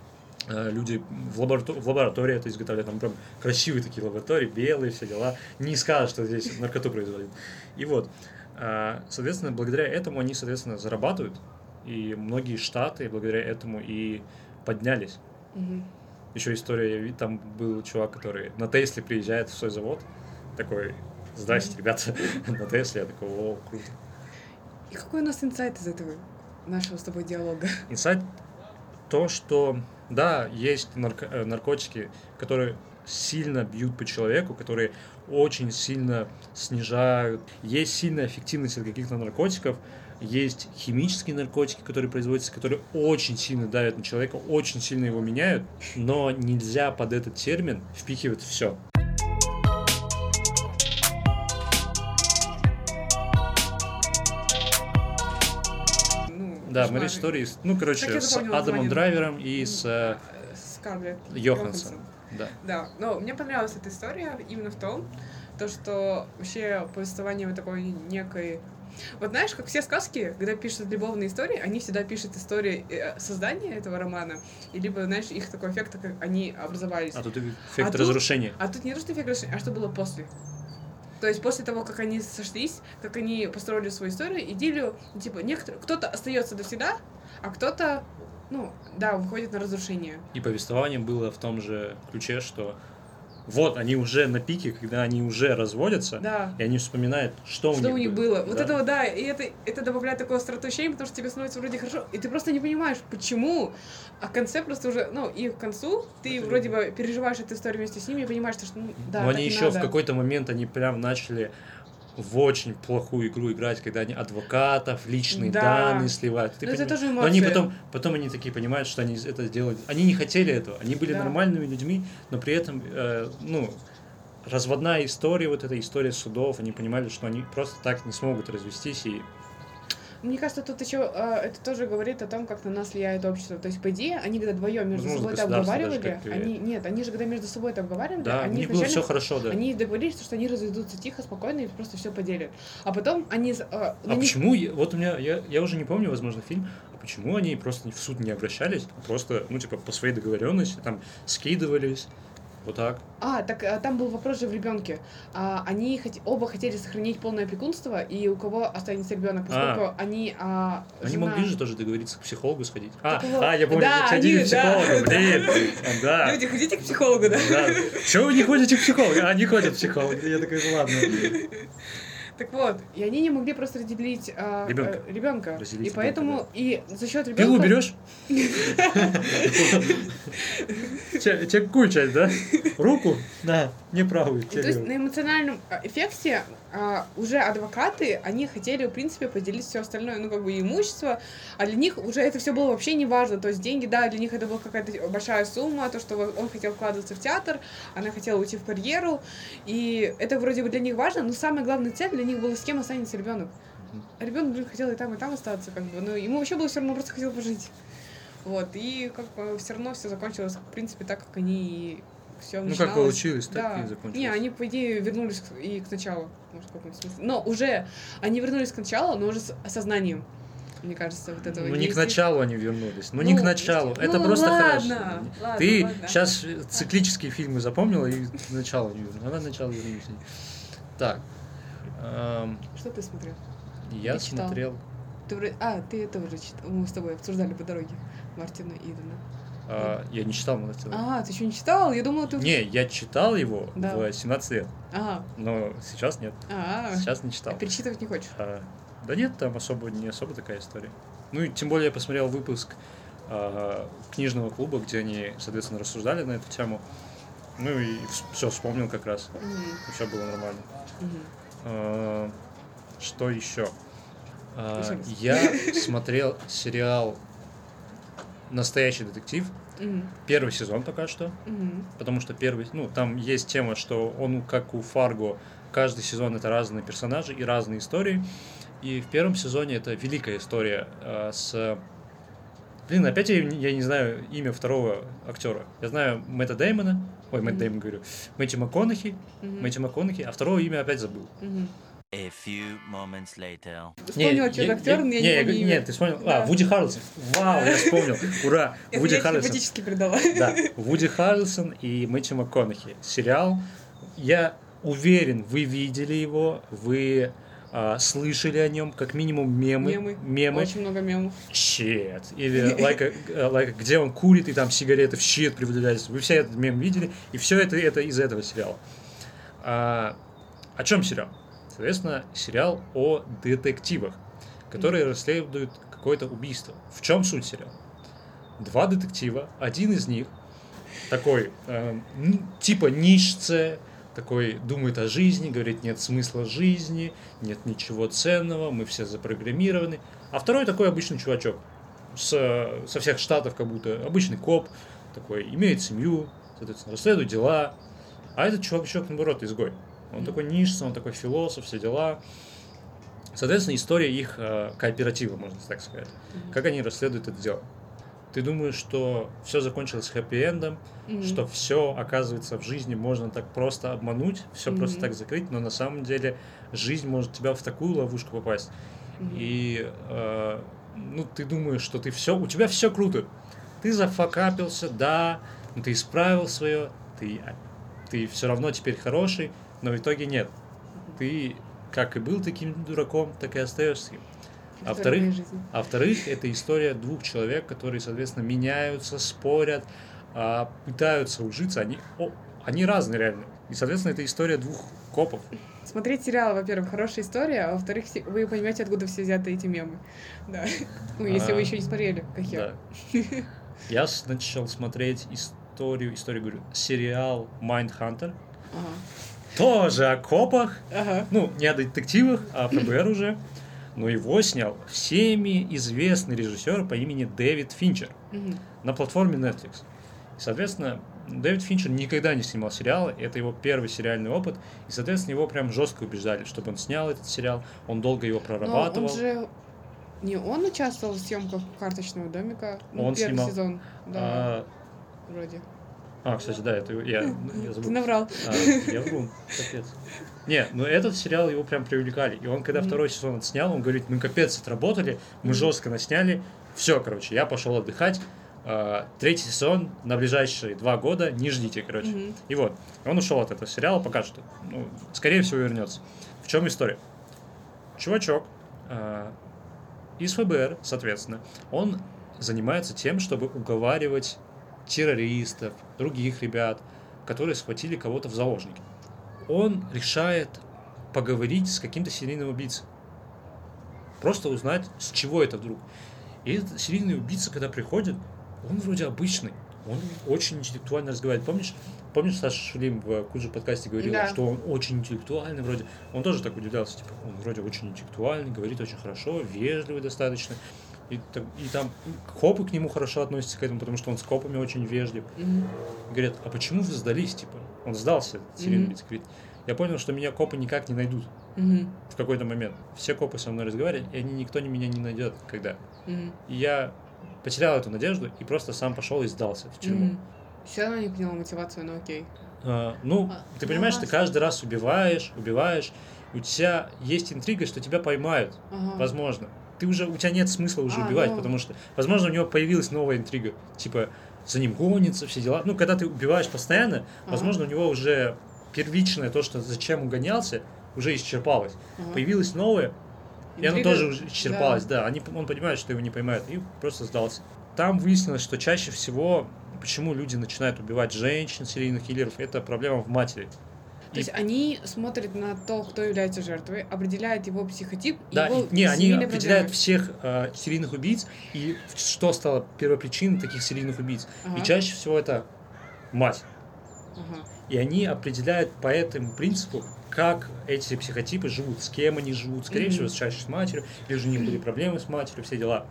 э, люди в, лаборато- в лаборатории это изготовляют, там прям красивые такие лаборатории, белые, все дела. Не скажут, что здесь наркоту производят. И вот, э, соответственно, благодаря этому они, соответственно, зарабатывают. И многие штаты благодаря этому и поднялись. Mm-hmm. Еще история, там был чувак, который на Тесле приезжает в свой завод, такой, здрасте, ребята, на Тесле. Я такой, о, круто. И какой у нас инсайт из этого нашего с тобой диалога? Инсайт то, что, да, есть нарко- наркотики, которые сильно бьют по человеку, которые очень сильно снижают. Есть сильная эффективность от каких-то наркотиков, есть химические наркотики, которые производятся, которые очень сильно давят на человека, очень сильно его меняют, но нельзя под этот термин впихивать все. Да, Marriage Story, ну, короче, с Адамом Драйвером и с э, Скарлетт Йоханссон. Да. Да, но мне понравилась эта история именно в том, то, что вообще повествование вот такой некой... Вот знаешь, как все сказки, когда пишут любовные истории, они всегда пишут истории создания этого романа, и либо, знаешь, их такой эффект, как они образовались. А тут эффект а разрушения. Тут, а тут не то, что эффект разрушения, а что было после. То есть после того, как они сошлись, как они построили свою историю, идиллию, типа, некоторые, кто-то остается навсегда, а кто-то, ну, да, выходит на разрушение. И повествование было в том же ключе, что вот они уже на пике, когда они уже разводятся, да. И они вспоминают, что, что у них у них было. было. Да. Вот этого, да, и это, это добавляет такое остроту ощущения, потому что тебе становится вроде хорошо, и ты просто не понимаешь, почему, а в конце просто уже, ну, и к концу ты это вроде бы переживаешь эту историю вместе с ними и понимаешь, что, ну, да, но они еще надо. В какой-то момент, они прям начали в очень плохую игру играть, когда они адвокатов, личные да. данные сливают. Ты но поним... это тоже эмоции. Но они потом, потом они такие понимают, что они это делают. Они не хотели этого, они были да. нормальными людьми, но при этом, э, ну, разводная история, вот эта история судов, они понимали, что они просто так не смогут развестись. И... Мне кажется, тут еще э, это тоже говорит о том, как на нас влияет общество. То есть, по идее, они когда вдвоем между Возможно, собой это обговаривали, даже они нет, они же когда между собой это обговаривали, да, они у них было все хорошо, да. Они договорились, что они разведутся тихо, спокойно и просто все поделят. А потом они... Э, а них... почему? Вот у меня, я, я уже не помню, возможно, фильм, а почему они просто в суд не обращались, а просто, ну, типа, по своей договоренности, там, скидывались. Вот так. А, так а, там был вопрос же в ребенке. А, они хот... оба хотели сохранить полное опекунство, и у кого останется ребенок, поскольку а. они. А, они жена... могли же тоже договориться к психологу сходить. А, вот. а, я помню, да, ходили они, к психологу, да, блин. Да. Люди, ходите к психологу, да? Да. Чего вы не ходите к психологу? А, они ходят к психологу. Я такой, ну ладно. Так вот, и они не могли просто разделить а, ребенка. А, ребенка. Разделить и поэтому ребенка, да. и за счет ребенка. Пилу берешь? Тебе какую часть, да? Руку? Да, не правую. То есть на эмоциональном эффекте а, уже адвокаты, они хотели, в принципе, поделить все остальное, ну, как бы, имущество, а для них уже это все было вообще не важно. То есть деньги, да, для них это была какая-то большая сумма, то, что он хотел вкладываться в театр, она хотела уйти в карьеру, и это вроде бы для них важно, но самая главная цель для них была, с кем останется ребенок. А ребенок, блин, хотел и там, и там остаться, как бы, но ему вообще было все равно, просто хотел пожить. Вот, и как бы все равно все закончилось, в принципе, так, как они и все начиналось. Ну, как получилось, да. так и закончилось. Не, они, по идее, вернулись и к началу, может, в каком-то смысле. Но уже, они вернулись к началу, но уже с осознанием, мне кажется, вот этого. Ну, не к началу они вернулись, ну, ну не к началу, ну, это просто ладно, хорошо. Ладно, Ты ладно. сейчас циклические фильмы запомнила и к началу не вернулась. Она к началу вернулась. Так. Эм, Что ты смотрел? Я Ты читал? смотрел... Ты вроде... А, ты это уже читал. Мы с тобой обсуждали по дороге Мартина Идена. А, я не читал Мартина. А, ты еще не читал? Я думала, ты... Не, я читал его Да. в семнадцать лет, Ага. но сейчас нет. А, Сейчас не читал. а перечитывать не хочешь? А, да нет, там особо не особо такая история. Ну и тем более я посмотрел выпуск а, книжного клуба, где они, соответственно, рассуждали на эту тему. Ну и все вспомнил как раз. Угу. Все было нормально. Угу. А, что еще? А, Еще раз. я смотрел сериал «Настоящий детектив». Угу. Первый сезон пока что. Угу. Потому что первый, ну, там есть тема, что он, как у Фарго, каждый сезон это разные персонажи и разные истории. И в первом сезоне это великая история э, с... Блин, опять я, я не знаю имя второго актера. Я знаю Мэтта Дэймона, ой, Мэтт Мгм. Дэймон говорю, Мэтью МакКонахи, Мгм. Мэтью МакКонахи, а второго имя опять забыл. Мгм. A few moments later. Вспомнила, что за актер, но я не не, помню имя. Нет, ты вспомнил? Да. А, Вуди Харрельсон. Вау, я вспомнил. Ура, Это Вуди я Харрельсон. симпатически придала. Да, Вуди Харрельсон и Мэтью МакКонахи. Сериал. Я уверен, вы видели его, вы а, слышали о нем, как минимум мемы. Мемы. мемы. Очень много мемов. Щит. Или лайка, лайка, где он курит, и там сигареты в щит прибавляются. Вы все этот мем видели, и все это, это из этого сериала. А, о чем сериал? Соответственно, сериал о детективах, которые mm-hmm. расследуют какое-то убийство. В чем суть сериала? Два детектива, один из них такой, э, типа нишце, такой думает о жизни, говорит, нет смысла жизни, нет ничего ценного, мы все запрограммированы. А второй такой обычный чувачок, с, со всех штатов как будто, обычный коп, такой, имеет семью, соответственно, расследует дела. А этот чувачок, наоборот, изгой. Он mm-hmm. такой нишце, он такой философ, все дела. Соответственно, история их э, кооператива, можно так сказать. Mm-hmm. Как они расследуют это дело. Ты думаешь, что все закончилось хэппи-эндом, mm-hmm. что все, оказывается, в жизни можно так просто обмануть, все mm-hmm. просто так закрыть, но на самом деле жизнь может тебя в такую ловушку попасть. Mm-hmm. И э, ну, ты думаешь, что ты все, у тебя все круто. Ты зафакапился, да, но ты исправил свое, ты, ты все равно теперь хороший, но в итоге нет. Ты как и был таким дураком, так и остаешься им. А вторых, а вторых, это история двух человек, которые, соответственно, меняются, спорят, а, пытаются ужиться. Они, о, они разные реально. И, соответственно, это история двух копов. Смотреть сериал, во-первых, хорошая история, а во-вторых, вы понимаете, откуда все взяты эти мемы. Да. Ну, если а, вы еще не смотрели, как я. Да. Я начал смотреть историю, историю, говорю, сериал Mindhunter. Ага. Тоже о копах. Ага. Ну, не о детективах, а о ФБР уже. Но его снял всеми известный режиссер по имени Дэвид Финчер mm-hmm. на платформе Netflix. И, соответственно, Дэвид Финчер никогда не снимал сериалы, это его первый сериальный опыт, и, соответственно, его прям жестко убеждали, чтобы он снял этот сериал, он долго его прорабатывал. Но он же... Не он участвовал в съемках «Карточного домика», ну, он первый снимал... сезон, да, а... вроде. А, кстати, да, это я, я забыл. Ты наврал. А, я вру, капец. Не, ну этот сериал его прям привлекали. И он, когда mm-hmm. второй сезон отснял, он говорит, мы капец отработали, мы mm-hmm. жестко насняли. Все, короче, я пошел отдыхать. А, третий сезон на ближайшие два года не ждите, короче. Mm-hmm. И вот, он ушел от этого сериала пока что. Ну, скорее всего, вернется. В чем история? Чувачок а, из ФБР, соответственно, он занимается тем, чтобы уговаривать террористов, других ребят, которые схватили кого-то в заложники. Он решает поговорить с каким-то серийным убийцей. Просто узнать, с чего это вдруг. И этот серийный убийца, когда приходит, он вроде обычный. Он очень интеллектуально разговаривает. Помнишь, помнишь, Саша Шулим в Куджи подкасте говорил, да. что он очень интеллектуальный вроде. Он тоже так удивлялся. Типа, он вроде очень интеллектуальный, говорит очень хорошо, вежливый достаточно. И, и там копы к нему хорошо относятся к этому, потому что он с копами очень вежлив. Mm-hmm. Говорят, а почему вы сдались, типа? Он сдался, серийный убийца. Говорит, я понял, что меня копы никак не найдут. Mm-hmm. В какой-то момент. Все копы со мной разговаривали, и они, никто меня не найдет, когда. Mm-hmm. И я потерял эту надежду и просто сам пошел и сдался в тюрьму. Mm-hmm. Все равно не поняла мотивацию, но окей. А, ну, а, ты понимаешь, да, ты каждый раз убиваешь, убиваешь, у тебя есть интрига, что тебя поймают, ага. возможно. Ты уже, у тебя нет смысла уже а, убивать, ну... потому что, возможно, у него появилась новая интрига, типа, за ним гонится, все дела. Ну, когда ты убиваешь постоянно, ага. возможно, у него уже первичное то, что зачем он гонялся, уже исчерпалось. Ага. Появилось новое, интрига? И оно тоже уже исчерпалось, да. да. Они, он понимает, что его не поймают, и просто сдался. Там выяснилось, что чаще всего, почему люди начинают убивать женщин, серийных киллеров, это проблема в матери. То есть они смотрят на то, кто является жертвой, определяют его психотип, да, его не, они проблемы. определяют всех э, серийных убийц и что стало первопричиной таких серийных убийц. Ага. И чаще всего это мать. Ага. И они определяют по этому принципу, как эти психотипы живут, с кем они живут. Скорее mm-hmm. всего, чаще с матерью, или же у них были проблемы с матерью, все дела.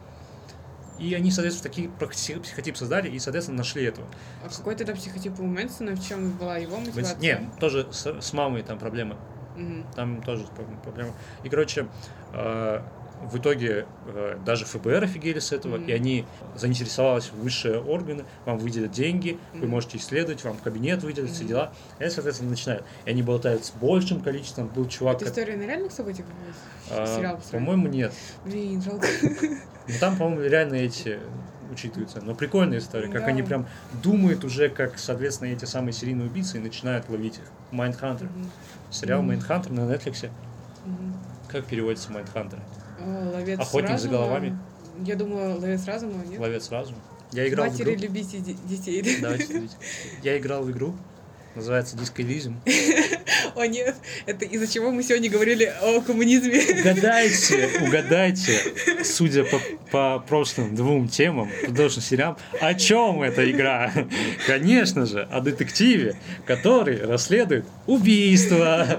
И они, соответственно, такие психотип создали и, соответственно, нашли этого. А какой тогда психотип у Мэнсона? В чем была его мотивация? Нет, тоже с, с мамой там проблемы. Угу. Там тоже проблема. И, короче, э, в итоге э, даже ФБР офигели с этого, угу. и они заинтересовались высшие органы, вам выделят деньги, угу. вы можете исследовать, вам в кабинет выделят, угу. все дела. И, соответственно, начинают. И они болтают с большим количеством. Был чувак... Это история на реальных событиях? А, сериал, по-моему, нет. Блин, жалко. Ну, там, по-моему, реально эти учитываются. Но прикольная история, как да. они прям думают уже, как, соответственно, эти самые серийные убийцы и начинают ловить их. Mindhunter. Mm-hmm. Сериал mm-hmm. Mindhunter на Netflix. Mm-hmm. как переводится Mindhunter? О, ловец Охотник разума. за головами? Я думаю, ловец разума, нет? Ловец разума. Я играл Матери, в игру. любите де- детей. Давайте смотрите. Я играл в игру, называется Disco Elysium. О, нет, это из-за чего мы сегодня говорили о коммунизме. Угадайте, угадайте, судя по, по прошлым двум темам, художественным сериалам, о чем эта игра? Конечно же, о детективе, который расследует убийство.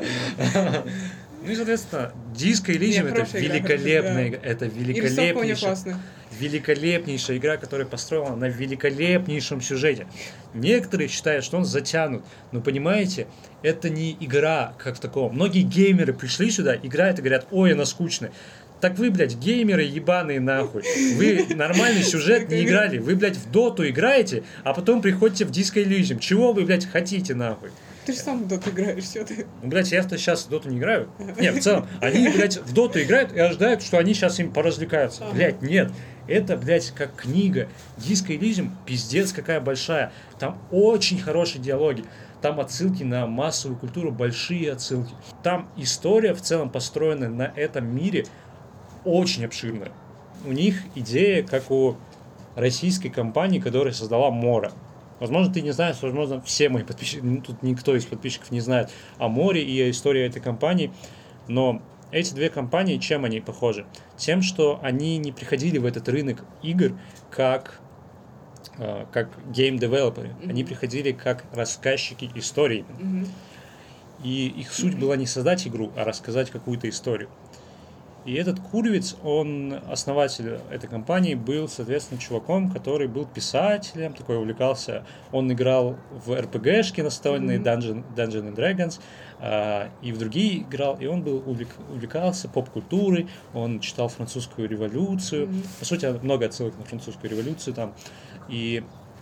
Ну и, соответственно, Disco Elysium Не, это хорошая игра, великолепная хорошая, игра, это И рисовка у нее великолепнейшая, классная. великолепнейшая игра, которая построена на великолепнейшем сюжете. Некоторые считают, что он затянут, но понимаете, это не игра как такого. Многие геймеры пришли сюда, играют и говорят, ой, она скучная. Так вы, блядь, геймеры ебаные нахуй. Вы нормальный сюжет не играли. Вы, блядь, в доту играете, а потом приходите в Disco Elysium. Чего вы, блядь, хотите нахуй? Ты же сам в доту играешь, все ты. Ну, блядь, я-то сейчас в доту не играю. Нет, в целом, они, блядь, в доту играют и ожидают, что они сейчас им поразвлекаются. Ага. Блядь, нет. Это, блядь, как книга. Disco Elysium, пиздец какая большая. Там очень хорошие диалоги. Там отсылки на массовую культуру, большие отсылки. Там история в целом построена на этом мире очень обширная. У них идея, как у российской компании, которая создала Море. Возможно, ты не знаешь, возможно, все мои подписчики, ну, тут никто из подписчиков не знает о Море и о истории этой компании, но эти две компании, чем они похожи? Тем, что они не приходили в этот рынок игр как, э, как гейм-девелоперы, Mm-hmm. они приходили как рассказчики историй. Мгм. И их суть была не создать игру, а рассказать какую-то историю. И этот Куровиц, он, основатель этой компании, был, соответственно, чуваком, который был писателем, такой увлекался. Он играл в эр пи джи-шки настольные, Мгм. Dungeon, Dungeons and Dragons, а, и в другие играл. И он был увлек- увлекался поп-культурой, он читал французскую революцию. Мгм. По сути, много отсылок на французскую революцию там. И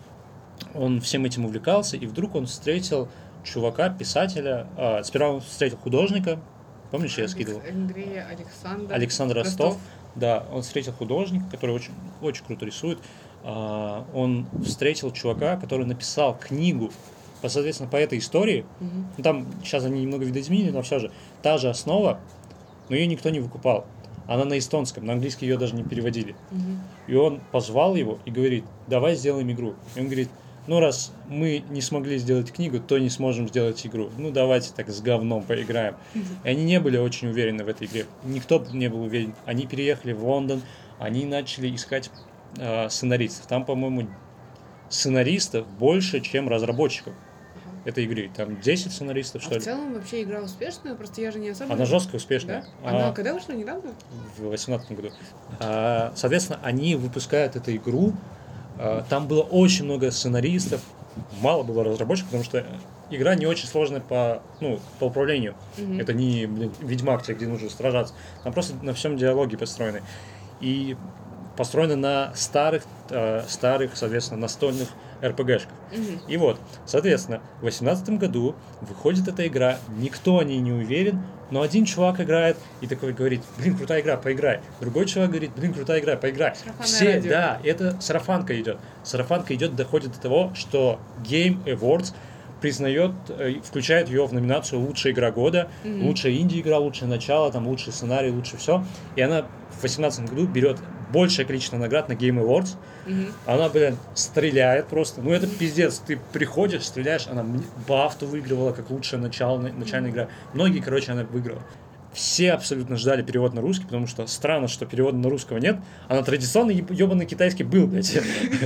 он всем этим увлекался, и вдруг он встретил чувака, писателя. а, Сперва он встретил художника. Помнишь, я скидывал? Андрей Александр. Александр Ростов. Да, он встретил художника, который очень, очень круто рисует. А, Он встретил чувака, который написал книгу, по- соответственно, по этой истории. Мгм. Ну, там сейчас они немного видоизменили, но все же та же основа, но ее никто не выкупал. Она на эстонском, на английский ее даже не переводили. Мгм. И он позвал его и говорит, давай сделаем игру. И он говорит, ну раз мы не смогли сделать книгу, то не сможем сделать игру. Ну давайте так с говном поиграем. И они не были очень уверены в этой игре. Никто не был уверен. Они переехали в Лондон, они начали искать э, сценаристов. Там, по-моему, сценаристов больше, чем разработчиков Ага. этой игры. Там десять сценаристов, А что в ли. целом вообще игра успешная, просто я же не особо... Она жестко успешная. Да? Она А, когда вышла? Недавно? в две тысячи восемнадцатом году. А, Соответственно, они выпускают эту игру. А, Там было очень много сценаристов, мало было разработчиков, потому что игра не очень сложная по, ну, по управлению. Мгм. Это не, блин, Ведьмак, где нужно сражаться. Там просто на всем диалоги построены. И построены на старых, э, старых, соответственно, настольных эр пи джи-шках. Мгм. И вот, соответственно, в две тысячи восемнадцатом году выходит эта игра, никто о ней не уверен, но один чувак играет и такой говорит, блин, крутая игра, поиграй. Другой чувак говорит, блин, крутая игра, поиграй. Сарафанное Все, радио. да, это сарафанка идет. Сарафанка идет, доходит до того, что Game Awards признает, э, включает ее в номинацию «Лучшая игра года», Мгм. лучшая инди-игра, лучшее начало, там лучший сценарий, лучше все. И она в две тысячи восемнадцатом году берет большее количество наград на Game Awards. Мгм. Она, блин, стреляет просто. Ну, это пиздец. Ты приходишь, стреляешь. Она мне- Бафту выигрывала как лучшая начало, начальная игра. Многие, короче, она выиграла. Все абсолютно ждали перевод на русский, потому что странно, что перевода на русского нет. А на традиционный ебаный китайский был, блядь.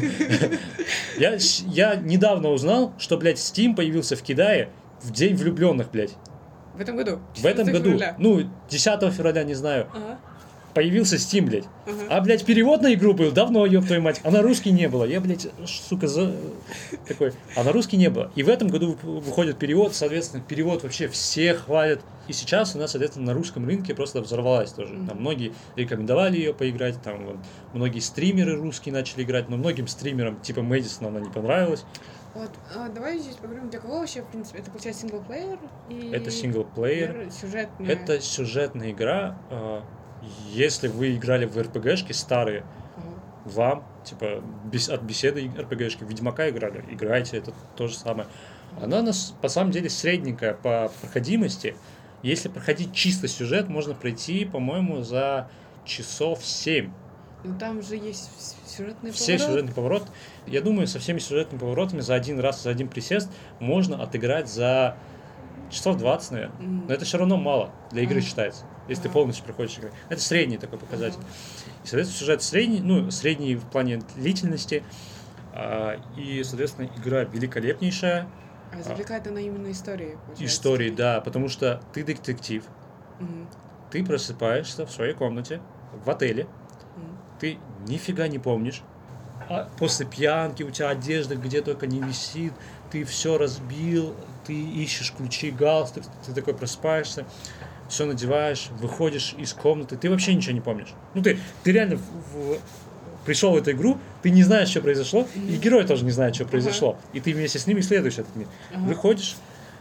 Я, я недавно узнал, что, блядь, Steam появился в Китае в День влюбленных, блядь. В этом году. В этом четырнадцатого году. февраля. Ну, десятого февраля, не знаю. Ага. Появился Steam, блядь. Ага. А, блядь, перевод на игру был давно, ёб твою мать. А на русский не было. Я, блядь, ш- сука, за... такой. А на русский не было. И в этом году вы- выходит перевод, соответственно, перевод вообще все хвалят. И сейчас у нас, соответственно, на русском рынке просто взорвалась тоже. Там многие рекомендовали ее поиграть, там вот, многие стримеры русские начали играть, но многим стримерам, типа Мэдисона, она не понравилась. Вот, а, давай здесь поговорим, для кого вообще, в принципе, это получается синглплеер? И... Это синглплеер. Сюжетная. Это сюжетная игра. э, Если вы играли в эр пи джи-шки старые, Ага. вам, типа, бес- от беседы эр пи джи-шки, Ведьмака играли, играйте, это то же самое. Она, нас, по самом деле, средненькая по проходимости, Если проходить чисто сюжет, можно пройти, по-моему, за часов семь. Ну там же есть сюжетный Все поворот. сюжетный поворот. Я думаю, со всеми сюжетными поворотами за один раз, за один присест можно отыграть за часов двадцать, наверное. Мгм. Но это все равно мало для игры Ага. считается, если ты Ага. полностью проходишь игру. Это средний такой показатель. Ага. И, соответственно, сюжет средний, ну, средний в плане длительности. а, И, соответственно, игра великолепнейшая. А завлекает она именно историей, получается. Истории, да, потому что ты детектив, Мгм. ты просыпаешься в своей комнате, в отеле, Мгм. ты нифига не помнишь. А после пьянки у тебя одежда где только не висит, ты все разбил, ты ищешь ключи, галстук, ты такой просыпаешься, все надеваешь, выходишь из комнаты, ты вообще ничего не помнишь. Ну ты, ты реально в- в- пришел в эту игру, ты не знаешь, что произошло, и Мгм. герой тоже не знает, что произошло, и ты вместе с ним исследуешь этот мир. Ага. Выходишь,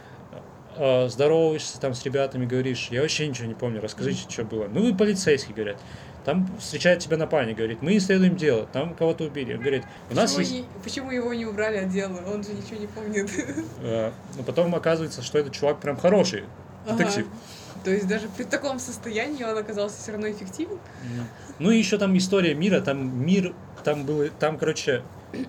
э, здороваешься там с ребятами, говоришь, я вообще ничего не помню, расскажите, что было. Ну, вы полицейский, говорят. Там встречает тебя напарник, говорит, мы исследуем дело, там кого-то убили. Он говорит, у нас Почему, есть... не- почему его не убрали от дела? Он же ничего не помнит. Э, Но потом оказывается, что этот чувак прям хороший детектив. Ага. То есть даже при таком состоянии он оказался все равно эффективен? Ну и еще там история мира, там мир, там было, там, короче,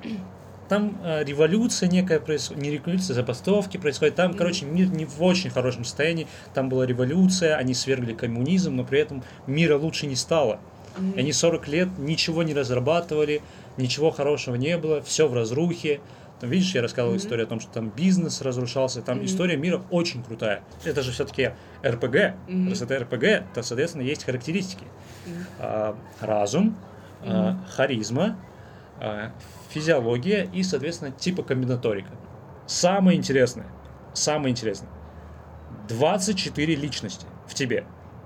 там э, революция некая происходит, не революция, забастовки происходят, там, короче, мир не в очень хорошем состоянии, там была революция, они свергли коммунизм, но при этом мира лучше не стало. Мгм. И они сорок лет ничего не разрабатывали, ничего хорошего не было, все в разрухе. Там, видишь, я рассказывал Мгм. историю о том, что там бизнес разрушался, там Мгм. история мира очень крутая. Это же все-таки эр пи джи. Мгм. Раз это эр пи джи, то, соответственно, есть характеристики. Мгм. А, разум, а, Мгм. харизма, а, физиология и, соответственно, типа комбинаторика. Самое интересное, самое интересное, двадцать четыре личности в тебе.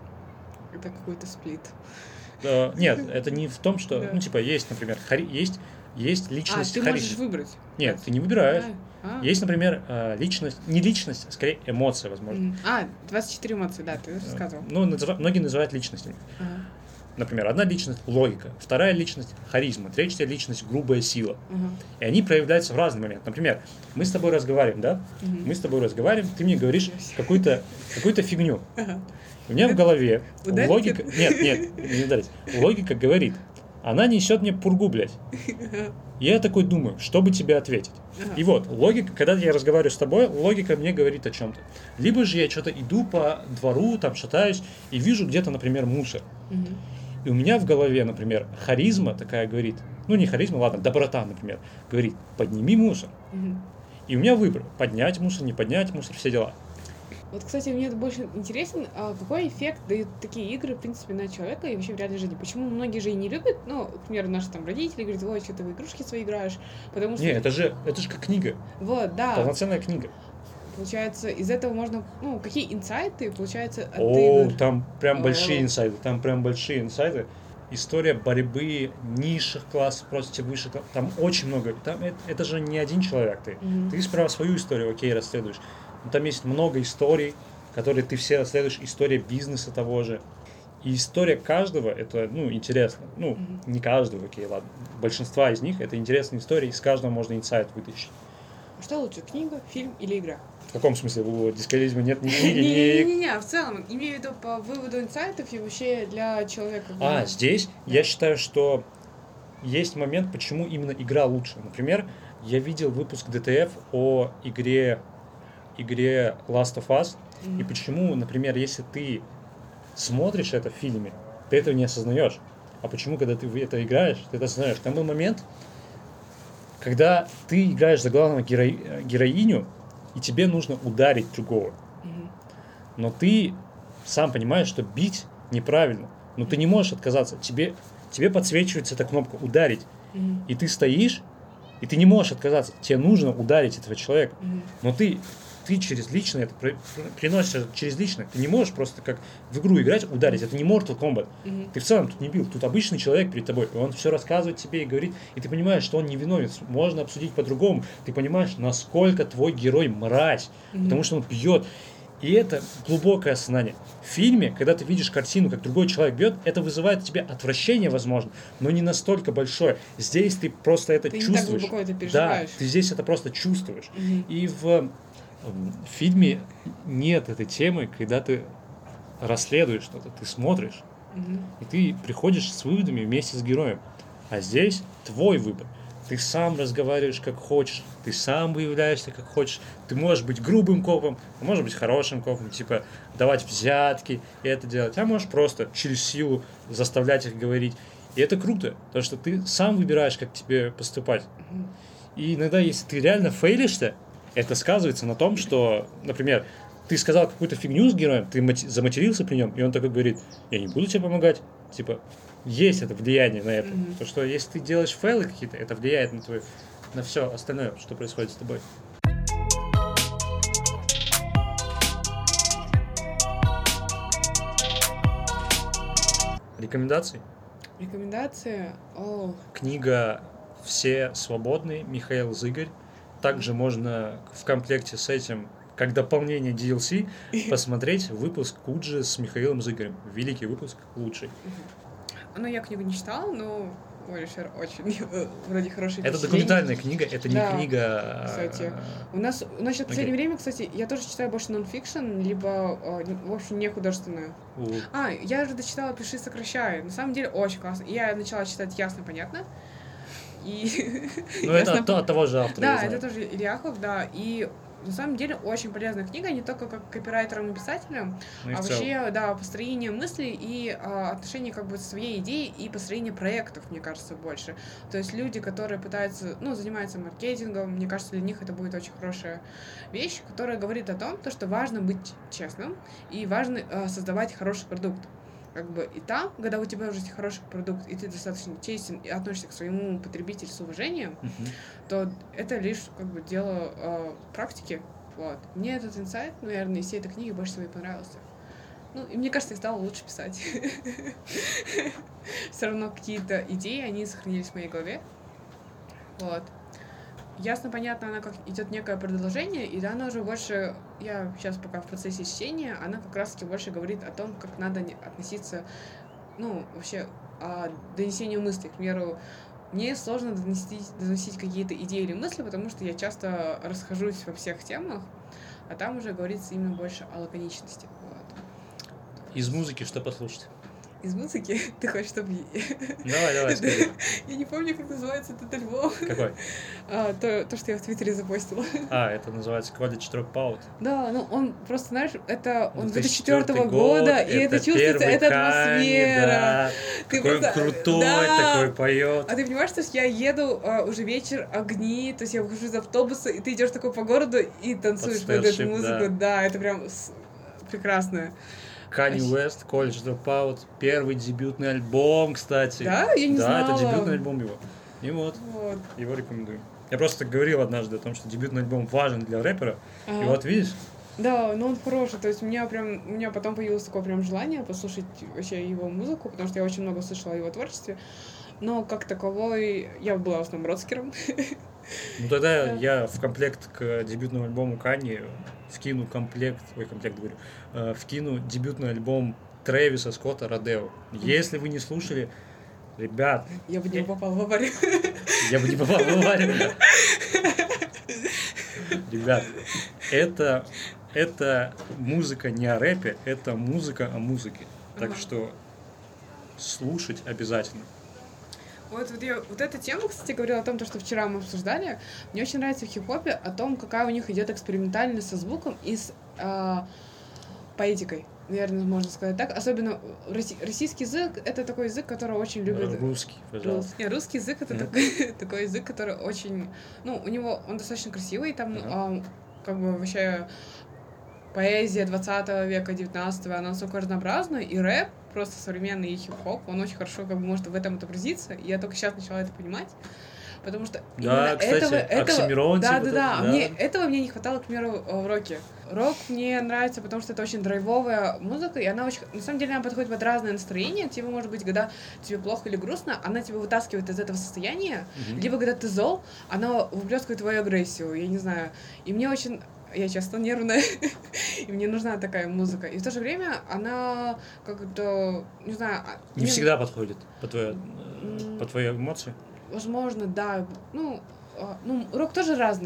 Это какой-то сплит. Э, Нет, это не в том, что, Да. ну, типа, есть, например, хари- есть, есть А, личность ты харизма. можешь выбрать. Нет, ты не выбираешь. А, а. Есть, например, э, личность, не личность, а скорее эмоция, возможно. Мгм. А, двадцать четыре эмоции, да, ты Э, рассказывал. Ну, называ- многие называют личностями. Ага. Например, одна личность – логика, вторая личность – харизма, третья личность – грубая сила. Ага. И они проявляются в разный момент. Например, мы с тобой разговариваем, да? Мгм. Мы с тобой разговариваем, ты мне говоришь какую-то какую-то фигню. Ага. У меня в голове Ударить логика... тебя? Нет, нет, не ударить. Логика говорит, она несет мне пургу, блядь. И я такой думаю, чтобы тебе ответить. Ага. И вот, логика, когда я разговариваю с тобой, логика мне говорит о чем-то. Либо же я что-то иду по двору, там шатаюсь, и вижу где-то, например, мусор. Мгм. И у меня в голове, например, харизма такая говорит, ну не харизма, ладно, доброта, например, говорит, подними мусор. Мгм. И у меня выбор, поднять мусор, не поднять мусор, все дела. Вот, кстати, мне это больше интересен, а какой эффект дают такие игры, в принципе, на человека и вообще в реальной жизни? Почему многие же и не любят, ну, к примеру, наши там родители говорят, ой, что ты в игрушки свои играешь, потому что... Не, это же, это же как книга, Вот, да, полноценная книга. получается, из этого можно, ну, какие инсайты, получается, от О, игр? там прям О. большие инсайды, там прям большие инсайды. История борьбы низших классов против высших классов, там очень много. Там это, это же не один человек ты. Мгм. Ты сперва свою историю, окей, расследуешь. Но там есть много историй, которые ты все расследуешь. История бизнеса того же. И история каждого, это, ну, интересно. Ну, Мгм. не каждого, окей, ладно. Большинства из них это интересные истории, из каждого можно инсайт вытащить. Что лучше, книга, фильм или игра? В каком смысле? У дискализма нет ни книги, ни... Не-не-не, в целом, имею в виду по выводу инсайтов и вообще для человека. А, здесь я считаю, что есть момент, почему именно игра лучше. Например, я видел выпуск ди ти эф о игре, игре Last of Us, Мгм. и почему, например, если ты смотришь это в фильме, ты этого не осознаешь. А почему, когда ты в это играешь, ты это осознаешь? Там был момент, когда ты играешь за главного геро- героиню, и тебе нужно ударить другого. Мгм. Но ты сам понимаешь, что бить неправильно. Но ты не можешь отказаться. Тебе, тебе подсвечивается эта кнопка «Ударить». Мгм. И ты стоишь, и ты не можешь отказаться. Тебе нужно ударить этого человека. Мгм. Но ты, ты через личное это при- приносишь это через личное. Ты не можешь просто как в игру играть, ударить. Это не Mortal Kombat. Мгм. Ты в целом тут не бил. Тут обычный человек перед тобой. И он все рассказывает тебе и говорит. И ты понимаешь, что он не виновен. Можно обсудить по-другому. Ты понимаешь, насколько твой герой мразь. Мгм. Потому что он бьет. И это глубокое осознание. В фильме, когда ты видишь картину, как другой человек бьет, это вызывает у тебя отвращение, возможно, но не настолько большое. Здесь ты просто это Ты не так чувствуешь. глубоко это Да, переживаешь. ты здесь это просто чувствуешь. Мгм. И в В фильме нет этой темы, когда ты расследуешь что-то, ты смотришь, Мгм. и ты приходишь с выводами вместе с героем. А здесь твой выбор. Ты сам разговариваешь как хочешь, ты сам выявляешься как хочешь. Ты можешь быть грубым копом, а можешь быть хорошим копом, типа давать взятки и это делать. А можешь просто через силу заставлять их говорить. И это круто, потому что ты сам выбираешь, как тебе поступать. Мгм. И иногда, если ты реально фейлишься, это сказывается на том, что, например, ты сказал какую-то фигню с героем, ты мати- заматерился при нем, и он такой говорит: я не буду тебе помогать. Типа, есть это влияние на это. Мгм. Потому что если ты делаешь фейлы какие-то, это влияет на твой, на все остальное, что происходит с тобой. Рекомендации? Рекомендации? О, Книга «Все свободны», Михаил Зыгорь. Также можно в комплекте с этим, как дополнение ди эл си, посмотреть выпуск Куджи с Михаилом Зыгорем. Великий выпуск, лучший. ну, я книгу не читала, но Олишер очень э, вроде хороший. Это впечатление. документальная книга, это не Да, книга... кстати. а, У нас, у нас сейчас в последнее Окей. время, кстати, я тоже читаю больше нон-фикшн, либо, э, в общем, не художественную. у- А, я же дочитала «Пиши, сокращай». На самом деле очень классно. И я начала читать «Ясно, понятно». И... Ну, это Ясно, от, то- от того же автора. я Да, знаю. это тоже Ильяхов, да. И на самом деле очень полезная книга, не только как копирайтерам и писателям, Ну и а в целом. вообще, да, построение мыслей и а, отношение как бы своей идеи и построение проектов, мне кажется, больше. То есть люди, которые пытаются, ну, занимаются маркетингом, мне кажется, для них это будет очень хорошая вещь, которая говорит о том, то, что важно быть честным и важно а, создавать хороший продукт. Как бы и там, когда у тебя уже есть хороший продукт, и ты достаточно честен и относишься к своему потребителю с уважением, Мгм. то это лишь как бы дело э, практики. Вот. Мне этот инсайт, наверное, из всей этой книги больше всего и понравился. Ну, и мне кажется, я стала лучше писать. Все равно какие-то идеи, они сохранились в моей голове. Вот. Ясно, понятно, она как идет некое продолжение, и да, она уже больше, я сейчас пока в процессе чтения, она как раз-таки больше говорит о том, как надо не- относиться, ну, вообще, о донесению мыслей. К примеру, мне сложно донести, доносить какие-то идеи или мысли, потому что я часто расхожусь во всех темах, а там уже говорится именно больше о лаконичности. Вот. Из музыки что послушать? Из музыки ты хочешь, чтобы... Давай, давай, скажи. Я не помню, как называется этот альбом. Какой? А, то, то, что я в Твиттере запостила. А, это называется College Dropout. Да, ну он просто, знаешь, это он две тысячи две тысячи четвёртого четвёртый года, год, и это чувствуется, первый это Kanye, атмосфера. да. Ты Какой он просто- крутой, да. такой поет. А ты понимаешь, что я еду, а, уже вечер, огни, то есть я выхожу из автобуса, и ты идешь такой по городу и танцуешь под эту Starship, музыку. Да, это прям с- прекрасно. Kanye West, College Dropout, первый дебютный альбом, кстати. Да? Я не Да, это знала. дебютный альбом его. И вот, Вот. его рекомендую. Я просто говорил однажды о том, что дебютный альбом важен для рэпера. И Ага. вот видишь, Да, но он хороший, то есть у меня прям, у меня потом появилось такое прям желание послушать вообще его музыку, потому что я очень много слышала о его творчестве, но как таковой я была в основном родскером. ну тогда Да. я в комплект к дебютному альбому Kanye вкину комплект, ой, комплект говорю, э, вкину дебютный альбом Трэвиса Скотта «Родео». Если вы не слушали, ребят, Я бы не попала в аварию. я бы не попал в аварию. Ребят, это, это музыка не о рэпе, это музыка о музыке. Так Ага. что слушать обязательно. Вот, вот, я, вот эта тема, кстати, говорила о том, то, что вчера мы обсуждали. Мне очень нравится в хип-хопе о том, какая у них идет экспериментальность со звуком и с а, поэтикой. Наверное, можно сказать так. Особенно россий- российский язык — это такой язык, который очень любит... Русский, пожалуйста. Рус- Не, русский язык — это Мгм. такой, такой язык, который очень... Ну, у него... Он достаточно красивый, там, Ага. ам, как бы, вообще... Поэзия двадцатого века, девятнадцатого, она настолько разнообразна, и рэп, просто современный и хип-хоп, он очень хорошо как бы может в этом отобразиться, и я только сейчас начала это понимать, потому что Да, именно кстати, этого, этого, оксимирон, да, типа, да, да, да. мне этого мне не хватало, к примеру, в роке. Рок мне нравится, потому что это очень драйвовая музыка, и она очень, на самом деле, она подходит под разное настроение, тебе может быть, когда тебе плохо или грустно, она тебя вытаскивает из этого состояния, Мгм. либо когда ты зол, она выплескивает твою агрессию, я не знаю, и мне очень... Я часто нервная, и мне нужна такая музыка. И в то же время она как-то, не знаю... а, Не мне- всегда подходит по твоей, М. по твоей эмоции. Возможно, да. Ну, а, ну, рок тоже разный.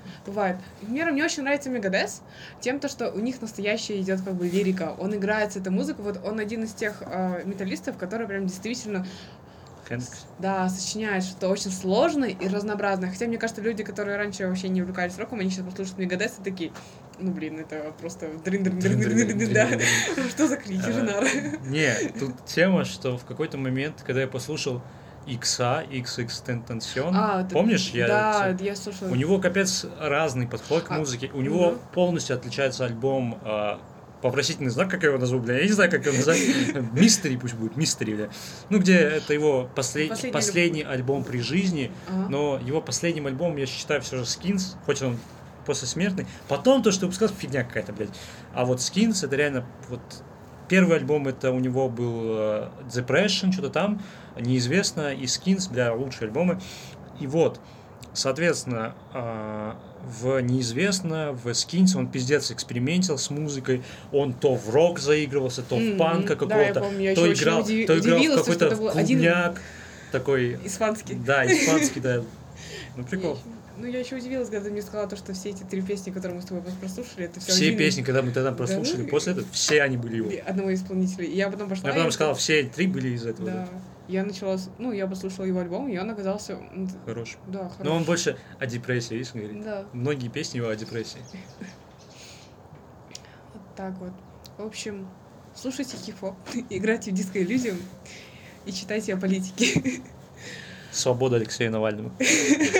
Бывает. Например, мне очень нравится Мегадес тем, то, что у них настоящая идет как бы лирика. Он играет с этой музыкой. Вот он один из тех э, металлистов, который прям действительно да, сочиняет что-то очень сложное и разнообразное. Хотя, мне кажется, люди, которые раньше вообще не увлекались роком, они сейчас послушают Мегадес и такие, ну, блин, это просто дрын дрын дрын дрын дрын да. Что за крики, Женара? Не, тут тема, что в какой-то момент, когда я послушал Икса, икс икс Tentacion, А, помнишь? ты- Да, я слушала. У него капец разный подход к А, музыке. У него мгм. полностью отличается альбом а, вопросительный знак, как я его назову, бля, я не знаю, как его назвать. Мистери пусть будет, Мистери, бля. Ну, где это его послед- Последний последний альбом при жизни, Ага. но его последним альбомом я считаю все же Skins, хоть он послесмертный. Потом то, что ты выпускал, фигня какая-то, блядь. А вот Skins, это реально вот... Первый альбом, это у него был э, Depression, что-то там, неизвестно, и Skins, бля, лучшие альбомы. И вот, соответственно, э, в неизвестно, в Skins он пиздец экспериментил с музыкой, он то в рок заигрывался, то в М, панка да, я какого-то, помню, я то еще играл, очень уди- то играл в удивилась, что какой-то это был один- клубняк такой, Испанский. да, испанский, да. Ну, Я прикол. ещё- Ну, я еще удивилась, когда ты мне сказала, то, что все эти три песни, которые мы с тобой прослушали, это все, Все песни, когда мы тогда прослушали, Да. после этого, все они были его. одного исполнителя. И я потом пошла... Я потом и- сказал, все три были из этого. Да. Да. Я начала... с- Ну, я послушала его альбом, и он оказался... м, Хорош. Да, хороший. Но он больше о депрессии, видишь, говорит. Да, Многие песни его о депрессии. вот так вот. В общем, слушайте хип-хоп, играйте в диско-иллюзию и читайте о политике. Свобода Алексею Навальному.